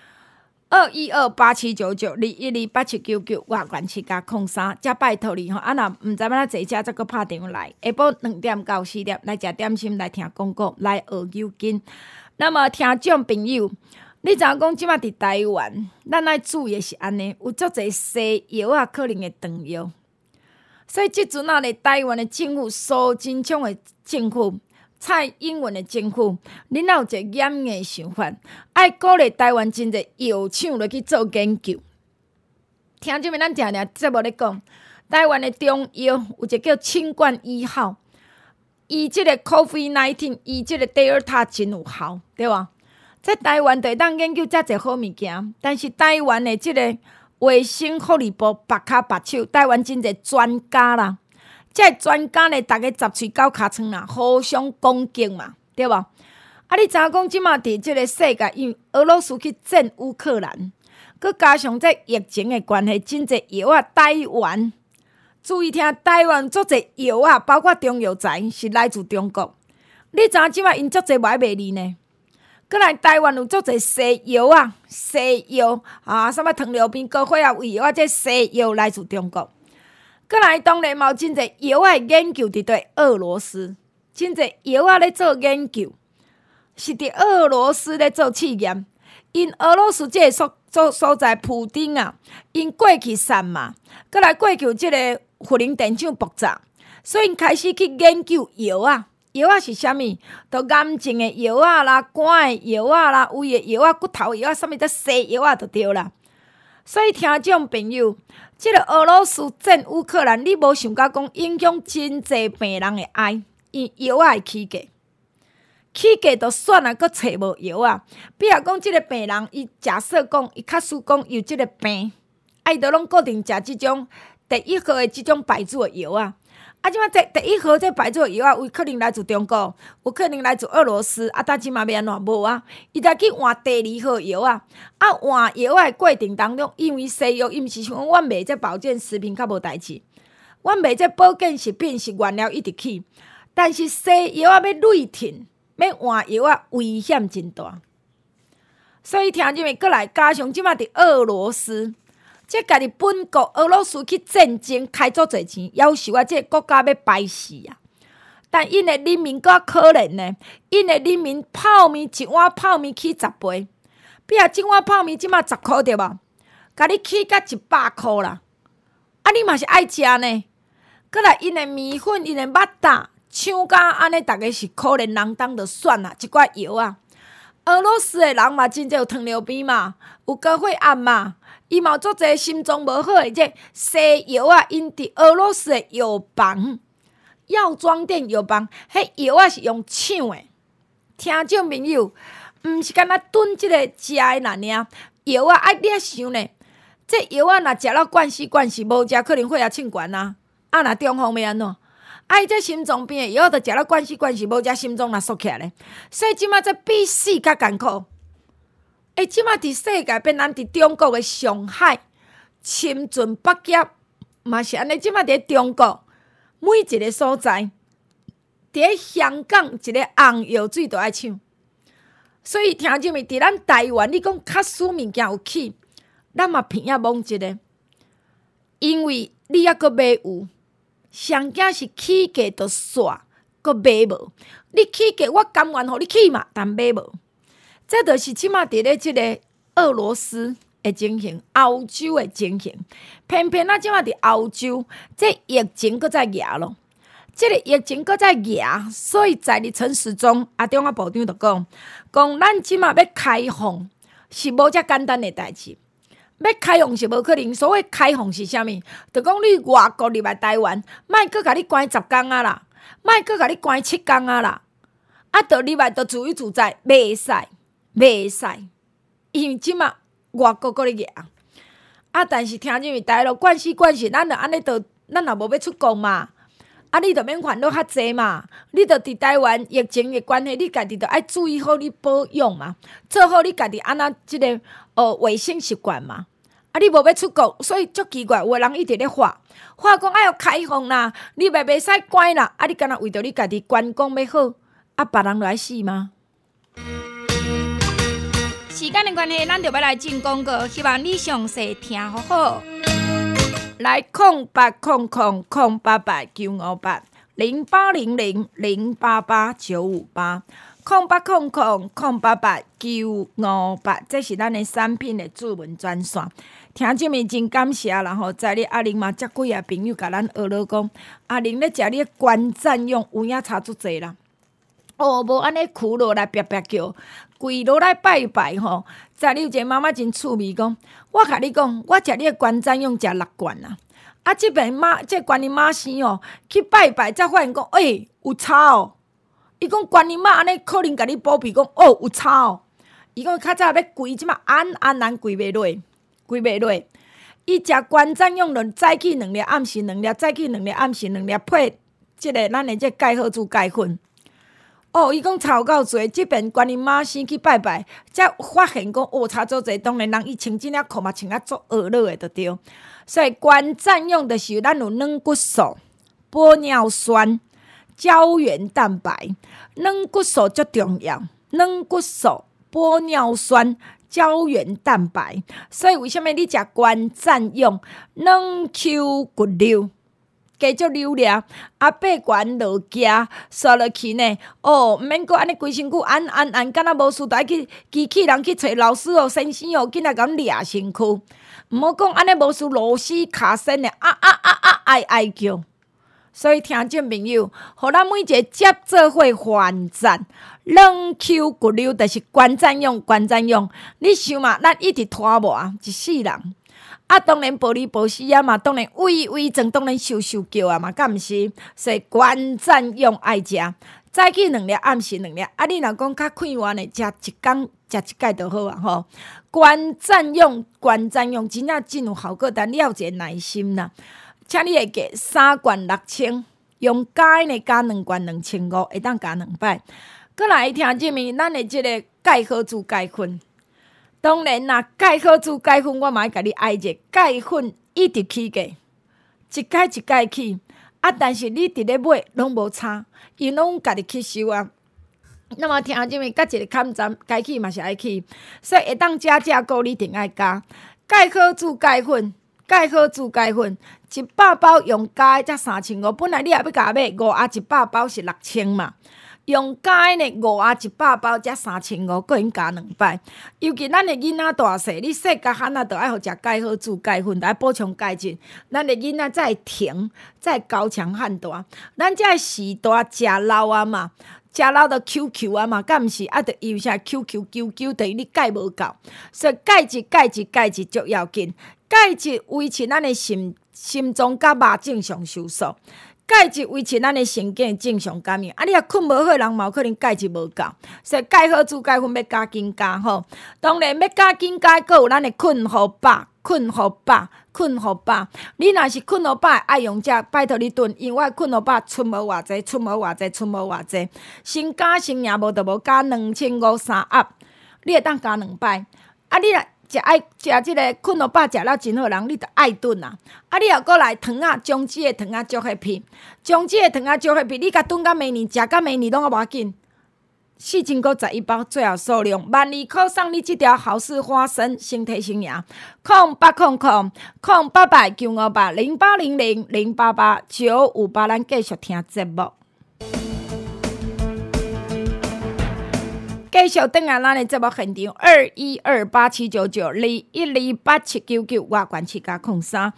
？212879921287999外观7加03，才拜托你吼。若毋知要坐车，则搁拍电话来。下晡2点到4点来食点心，来听广告，来学牛筋。那么听众朋友，你知影讲即马伫台湾，咱爱注意的是安尼，有足侪西药可能会断药。所以即阵咧，台湾的政府、苏贞昌的政府、蔡英文的政府，恁若有一个严的想法，爱鼓励台湾真侪药厂落去做研究。听即面咱常常节目咧讲，台湾的中药有一个叫清冠1号，伊即个 COVID-19， 伊即个 Delta 真有效，对吧？在台湾就会当研究遮侪好物件，但是台湾的即个卫生福利部拔骹拔手，台湾真侪专家啦，这专家呢，逐个十喙九尻川啦，互相攻击嘛，对无？你知影讲即马伫即个世界，因为俄罗斯去占乌克兰，佮加上这疫情的关系，真侪药台湾注意听，台湾足侪药包括中药材是来自中国。你知影即马因足侪买卖哩呢？过来台湾有足侪西药什么糖尿病、高血压、胃药这西药来自中国。过来当然嘛有真侪药研究伫对俄罗斯，真侪药咧做研究，是伫俄罗斯咧做试验。因俄罗斯这个所在普丁因过去散嘛，过来过去即个福林电厂爆炸，所以因开始去研究药药是啥物？都癌症的药啦、肝的药啦、胃的药骨头的药啥物？这西药就对啦。所以听众朋友，即个俄罗斯占乌克兰，你无想到讲影响真侪病人的爱，因药会起价就算了，阁找无药比如讲，即个病人，伊假设讲，伊假使讲有即个病，伊就拢固定食即种第1号的即种牌子的药即摆第1号这牌子的药有可能来自中国，有可能来自俄罗斯，但即嘛要安怎无伊才去换第2号药换药的过程当中，因为西药伊毋是像阮卖这保健食品较无代志，阮卖这保健食品是原料一直起，但是西药要累停，要换药危险真大。所以听入面过来，加上即摆伫俄罗斯。这家己本国俄罗斯去战争开足侪钱，要求这个国家要败死但因的人民阁可怜呢，因的人民泡面一碗泡面起10倍，比如一碗泡面即马10块对无？甲你起到100块啦，你嘛是爱食呢。过来因的米粉、因的肉蛋，抢甲安尼，逐个是可怜人当就算啦，一寡药俄罗斯的人嘛，真正有糖尿病嘛，有高血压嘛。伊嘛有足侪心脏无好的这西药因伫俄罗斯的药房、药妆店、药房，迄药是用抢的。听众朋友，毋是干那炖即个食的尔，药你想呢？这药若食了惯死，无食可能血压秤悬啊，若中风要安怎？伊这心脏病以后着食了惯死，无食心脏若缩起来咧。所以即马这比死较艰苦。即马伫世界变咱伫中国的上海、深圳、北京，嘛是安尼。即马伫中国每一个所在，伫香港一个红药水都爱抢。所以听众们，伫咱台湾，你讲较输物件有起，咱嘛偏要摸一个，因为你抑阁买有。上惊是起价就煞，阁买无。你起价，我甘愿互你起嘛，但买无。这就是即马伫咧即个俄罗斯的情形，欧洲的情形。偏偏即马伫欧洲，这疫情阁再严咯。这个疫情阁再严，所以在日陈时中中华部长就讲咱即马要开放是无遮简单的代志。要开放是无可能，所谓开放是啥物？就讲你外国入来台湾，莫阁甲你关10天啊啦，莫阁甲你关7天啊啦，就入来就自由自在，袂使，因为即马外国阁咧举但是听众们大陆惯势，咱着安尼着，咱也无要出国嘛，你着免烦恼较济嘛，你着伫台湾疫情的关系，你家己着爱注意好你保养嘛，做好你家己安那即个卫生习惯嘛。你无要出国，所以足奇怪，有个人一直咧话讲要开放啦，你袂使关啦，你敢若为着你家己观光要好，别人就爱死吗？时间的关系，咱就要来进广告，希望你详细听好好。来0800088958 0800088958 0800088958，这是咱的产品的主文专线。听众们真感谢啦吼，在你阿玲嘛，遮几个朋友甲咱学了讲，阿玲咧食你的关赞用有影差足济啦。无安尼哭落来，别叫，跪落来拜拜吼。在你有一个妈妈真趣味讲，我甲你讲，我食你的关赞用食6罐啊。即边这观音妈生哦，去拜拜才发现讲，有差哦。伊讲观音妈安尼可能甲你保庇讲，有差哦。伊讲较早要跪，即马安难跪袂落。伊食关赞用论早起2粒，暗时2粒，早起2粒，暗时2粒，配即个咱的这钙好珠钙粉。伊讲差有够侪，即边观音妈生去拜拜，才发现讲差足侪。当然人伊穿即领裤嘛穿啊足恶热的就对。所以关赞用的是咱有软骨素、玻尿酸、胶原蛋白，软骨素足重要。软骨素、玻尿酸、胶原蛋白，所以为什么你食关赞用软 Q 骨溜？加足溜了，爬悬落行，刷落去呢。毋免阁安尼规身躯按，敢若无事，就爱去机器人去找老师先生紧来甲阮掠身躯。毋好讲安尼无事，螺丝卡身的哀叫。所以听众朋友，互咱每一个接做伙还赞，软 Q 骨溜就是关赞用。你想嘛，咱一直拖磨一世人。当然保利保湿嘛，当然胃症，当然受叫嘛，敢毋是？所以关赞用爱食，早起2粒，暗时2粒。你若讲较快活呢，食一天食一摆就好啊吼。关赞用真正真有效果，但你要有一个耐心啦。请你会记3罐6000，用加呢加2罐2500，会当加2摆。过来听这面，咱的即个钙好珠钙粉。当然啦，钙好珠钙粉，我嘛爱甲你爱者，钙粉一直起价，一届起。但是你伫咧买拢无差，伊拢家己去收啊。那么听即面，甲一个坎站该起嘛是爱起，所以会当加购你一定爱加。钙好珠钙粉，100包用加才3500，本来你也要甲买5盒100包是6000嘛。用加呢5盒100包才3500，个人加2摆。尤其咱的囡仔大细，你细甲汉仔都爱互食钙好珠钙粉，来补充钙质。咱的囡仔才会停，才会高强汉大。咱才会时大食老啊嘛，食老就 QQ 啊嘛，敢毋是？就有啥 QQ 等于你钙无够，所以钙质足要紧。钙质维持咱的心脏甲肉正常收缩。钙质维持咱的神经正常感应，你若困无好，人嘛有可能钙质无够，所以钙好珠钙粉要加紧加吼。当然要加紧加，阁有咱的困好饱困好饱，困好饱。你若是困好饱爱用者，拜托你炖，因为我困好饱出无偌济，出无偌济。先加先赢无就无加2500盒，你会当加2摆。啊，你若食即个困好饱食了真好人，你着爱炖啊！啊，你又过来糖仔，姜子的糖仔足迄片，姜子的糖仔足迄片，你甲炖到明年，食到明年拢无要紧。4011包，最后数量12000块，送你这条好事花生，身体生赢。0800-0800-0800-088958，咱继续听节目。继续登来咱的节目现场，212879921287999外关市加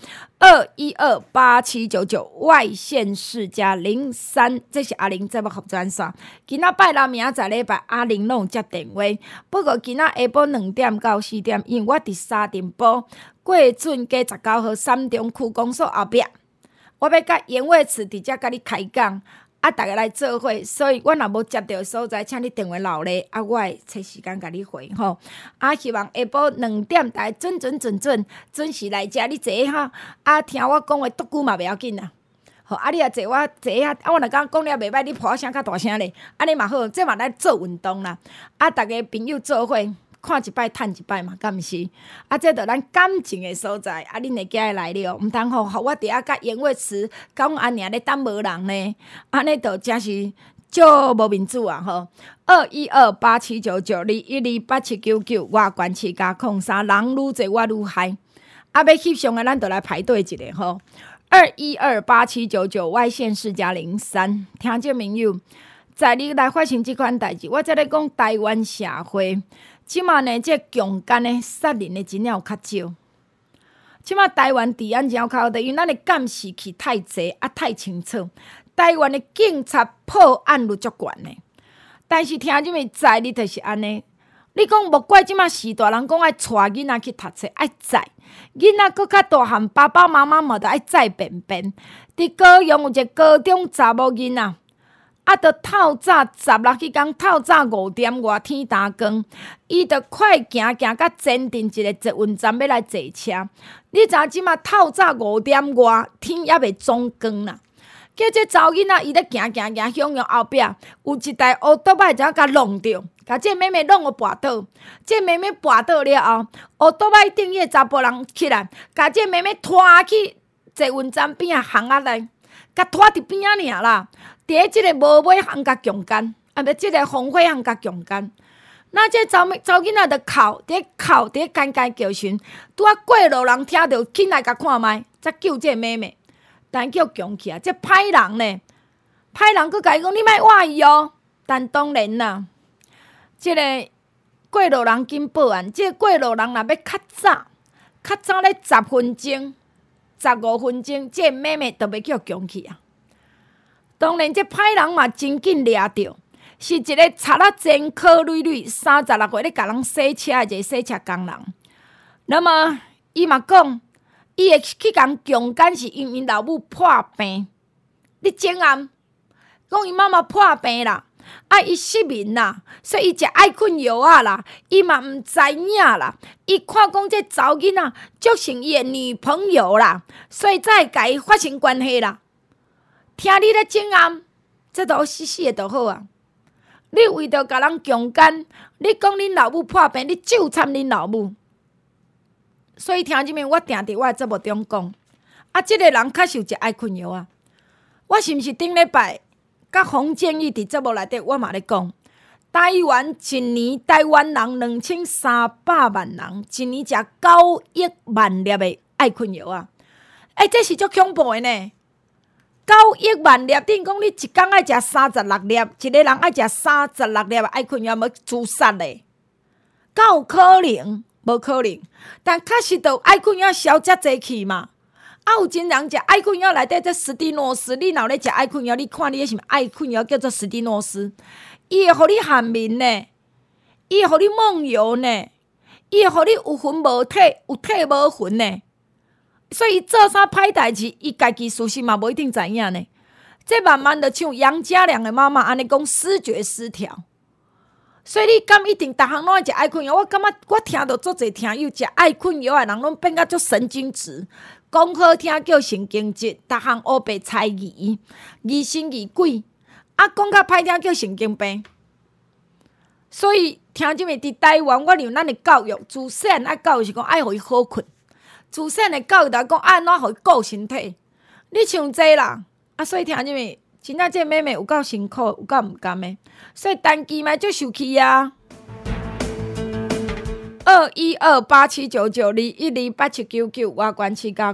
03，2128799外县市加03，这是阿玲节目服专线。今仔拜六明仔礼拜阿玲拢有接电话，不过今仔下晡2点到4点，因为我伫沙尘堡过圳街19号三中区公所后壁，我要甲严伟慈伫遮甲你开讲。啊，大家来做伙，所以我若无接到所在，请你电话留咧，啊，我会找时间甲你回吼。啊，希望下晡2点大家准时来遮，你坐哈。啊，听我讲话，多久嘛袂要紧啦。好，啊，你也坐我坐遐，啊，我若讲了袂歹，你破声较大声咧，安尼嘛好，这嘛来做运动啦。啊，大家朋友做伙。看一摆趁一摆嘛，敢毋是？啊，这着咱感情的所在，啊，恁会记来了，毋通互我伫遐甲严伟慈讲安尔咧等无人呢？安尼着真是足无面子啊！吼，212879921287999外关市加03，人愈济我愈嗨。啊，要翕相的咱着来排队一下吼。2128799外县市加03，听众朋友，在你来发生即款代志，我才咧讲台湾社会。即马呢，这强奸的杀人的真正有较少。即马台湾治安真较好的，因为咱的监视器太济啊，太清楚。台湾的警察破案率足悬的，但是听即么在你就是安尼。你讲莫怪即马时大人讲爱带囡仔去读册，爱载囡仔搁较大汉，爸爸妈妈嘛着爱载便便。伫高雄有一个高中查某囡仔。啊，着透早16去工，透早5点外天打光，伊着快行到前镇一个捷运站要来坐车。你知影即马透早5点外天还袂总光啦。叫这查某囡仔伊咧行，向后壁有一台乌托摆就甲弄着，甲这妹妹弄互跋倒。这妹妹跋倒了后，乌托摆顶迄个查甫人起来，甲这妹妹拖去捷运站边巷仔内，甲拖伫边仔尔啦。伫即个无尾巷甲强奸，啊，不，即个烽火巷甲强奸。那这查囡仔着哭，伫干叫声，拄啊过路人听着，起来甲看卖，才救这妹妹。但叫强起啊，这歹人呢？歹人佫甲伊讲，你莫挖伊哦。但当然啦，即个过路人紧报案，即个过路人若要较早咧10分钟、15分钟，这妹妹就要叫强起啊。当然，这歹人嘛真紧抓着，是一个擦啊前科累累36岁咧，甲人洗车的一个洗车工人。那么，伊嘛讲，伊会去共强奸是因因老母破病，你前暗讲伊妈妈破病啦，啊伊失眠啦，所以伊食爱困药啊啦，伊嘛毋知影啦，伊看讲这查某囡仔足像伊的女朋友啦，所以才会甲伊发生关系啦。听你咧整暗，这都死的就好啊！你为着甲人强奸，你讲恁老母破病，你就参恁老母。所以听即面，我定伫我的节目中讲，啊，即个人确实有一爱困药啊。我是毋是顶礼拜甲洪建义伫节目内底，我嘛咧讲，台湾一年台湾人2300万人，一年食9亿万粒的爱困药啊！这是足恐怖的呢。9亿万粒，等于讲你一工爱食36粒，一个人爱食36粒爱困药，要自杀嘞？敢有可能？无可能。但确实都爱困药消遮济去嘛。啊，有真人食爱困药内底这史蒂诺斯，你若咧食爱困药，你看你迄什么爱困药叫做史蒂诺斯，伊会互你寒眠呢，伊会互你梦游呢，伊会互你有魂无体，有体无魂呢。所以做啥歹代志，伊家己事实嘛无一定知影呢。这慢慢的像杨家良的妈妈安尼讲，思觉失调。 所以你敢一定逐项拢爱食爱困药？我感觉我听到足侪听友食爱困药的人拢变甲足神经质，讲好听叫神经质，逐项乌白猜疑，疑神疑鬼，啊，讲较歹听叫神经病。所以听即个伫台湾，我认为咱的教育自细爱教育是讲爱互伊好困，自细的教育就讲安怎互伊顾身体。你想济啦，啊，所以听即个。真正这妹妹有够辛苦，有够毋甘的，所以单机嘛足受气啊！212879921128799外关7加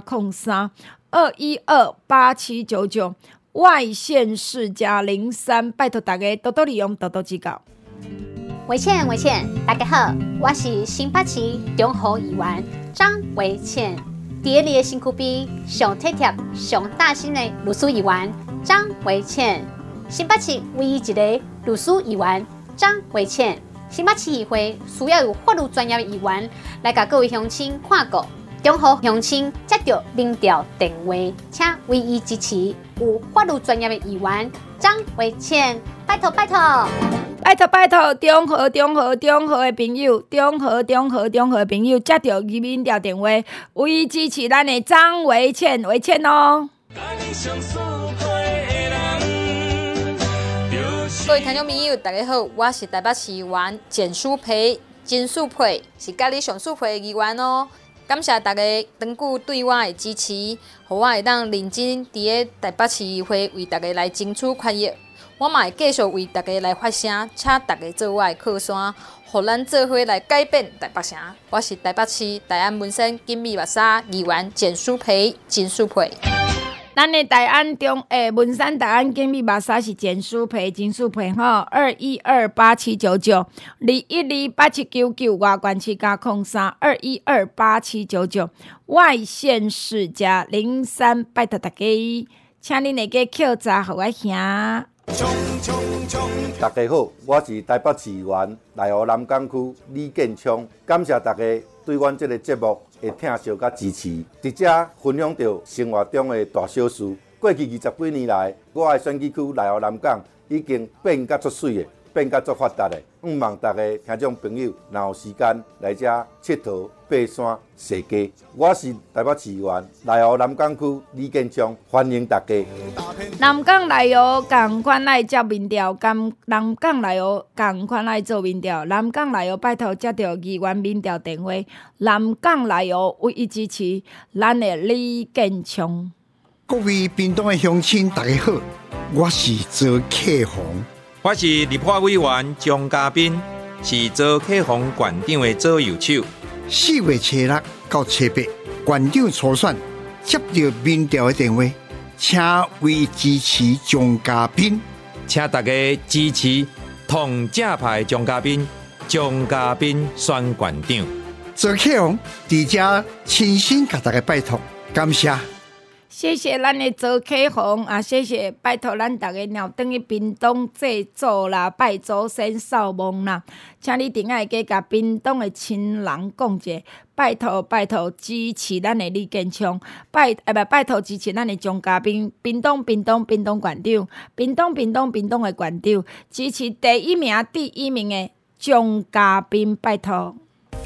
03，2128799外县市加03，拜托大家多多利用，多多指教。 维倩，大家好，我是新北市中和议员张维倩，伫你的身躯边上体贴、上大心的律师议员。张维倩，新北市唯一一个律师议员张维倩。新北市议会需要有法律专业的议员来甲各位乡亲看顾。中和乡亲接到民调电话，请唯一支持有法律专业的议员张维倩，拜托拜托。 拜托，中和的朋友，中和的朋友，接到民调电话，唯一支持咱的张维倩哦。 各位听众朋友，大家好，我是台北市议员简淑培，金淑培是甲你上淑培的议员哦。感谢大家长久对我的支持，互我会当认真伫个台北市议会为大家来争取权益。我嘛会继续为大家来发声，请大家做我的靠山，互咱做伙来改变台北城。我是台北市大安文山金美目沙议员简淑培，金淑培。 咱的大安文山大安金美目沙是简淑培金淑培吼，212879921128799外关7加03，2128799外县市加03，拜托大家，请恁下家扣查互我兄。 大家好，我是台北市议员内湖南港区李建昌，感谢大家对阮这个节目的听惜甲支持，伫遮分享到生活中的大小事。过去20几年来，我的选举区内湖南港已经变甲足水的，变甲足发达的。望大家听众朋友，若有时间来遮佚佗、爬山、踅街。我是台北市议员内湖南港区李建昌，欢迎大家。 南港内湖共款来接民调，南港内湖共款来做民调，南港内湖拜托接到议员民调电话，南港内湖唯一支持咱的李建昌。 各位屏东的乡亲，大家好，我是周克宏。 我是立法委员张嘉宾，是周克宏馆长的左右手。 4月初6到初8，馆长初选接到民调的电话，请唯一支持张嘉宾， 请大家支持同正派张嘉宾选馆长。 周克宏伫遮亲身甲大家拜托，感谢。 谢谢咱的周启宏啊！谢谢，拜托咱大家绕转去屏东祭祖啦，拜祖先扫墓啦，请你顶下加甲屏东的亲人讲者，拜托支持咱的李建昌，拜托支持咱的张嘉宾，屏东馆长，屏东的馆长，支持第一名的张嘉宾，拜托。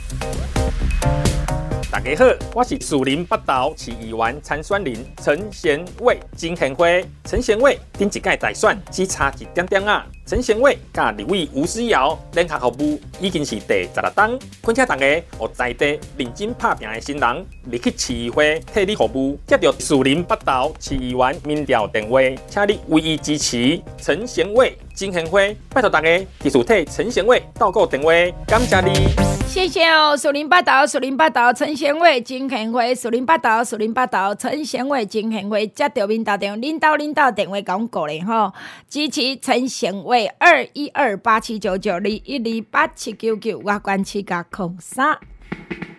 大家好，我是树林北投市议员参选人陈贤伟、金贤辉。陈贤伟顶一届大选只差一点点啊！陈贤伟甲立委吴思瑶联合服务已经是第16档，恳请大家和在地认真拍拼的新人，立去市议会替你服务。接到树林北投市议员民调电话，请你唯一支持陈贤伟、金贤辉，拜托大家继续替陈贤伟斗过电话，感谢你。 谢谢哦，树林北投，陈贤伟、金贤辉，树林北投，陈贤伟、金贤辉，接到民调电话，领导电话讲过咧吼，支持陈贤伟212879921128799外关7加03。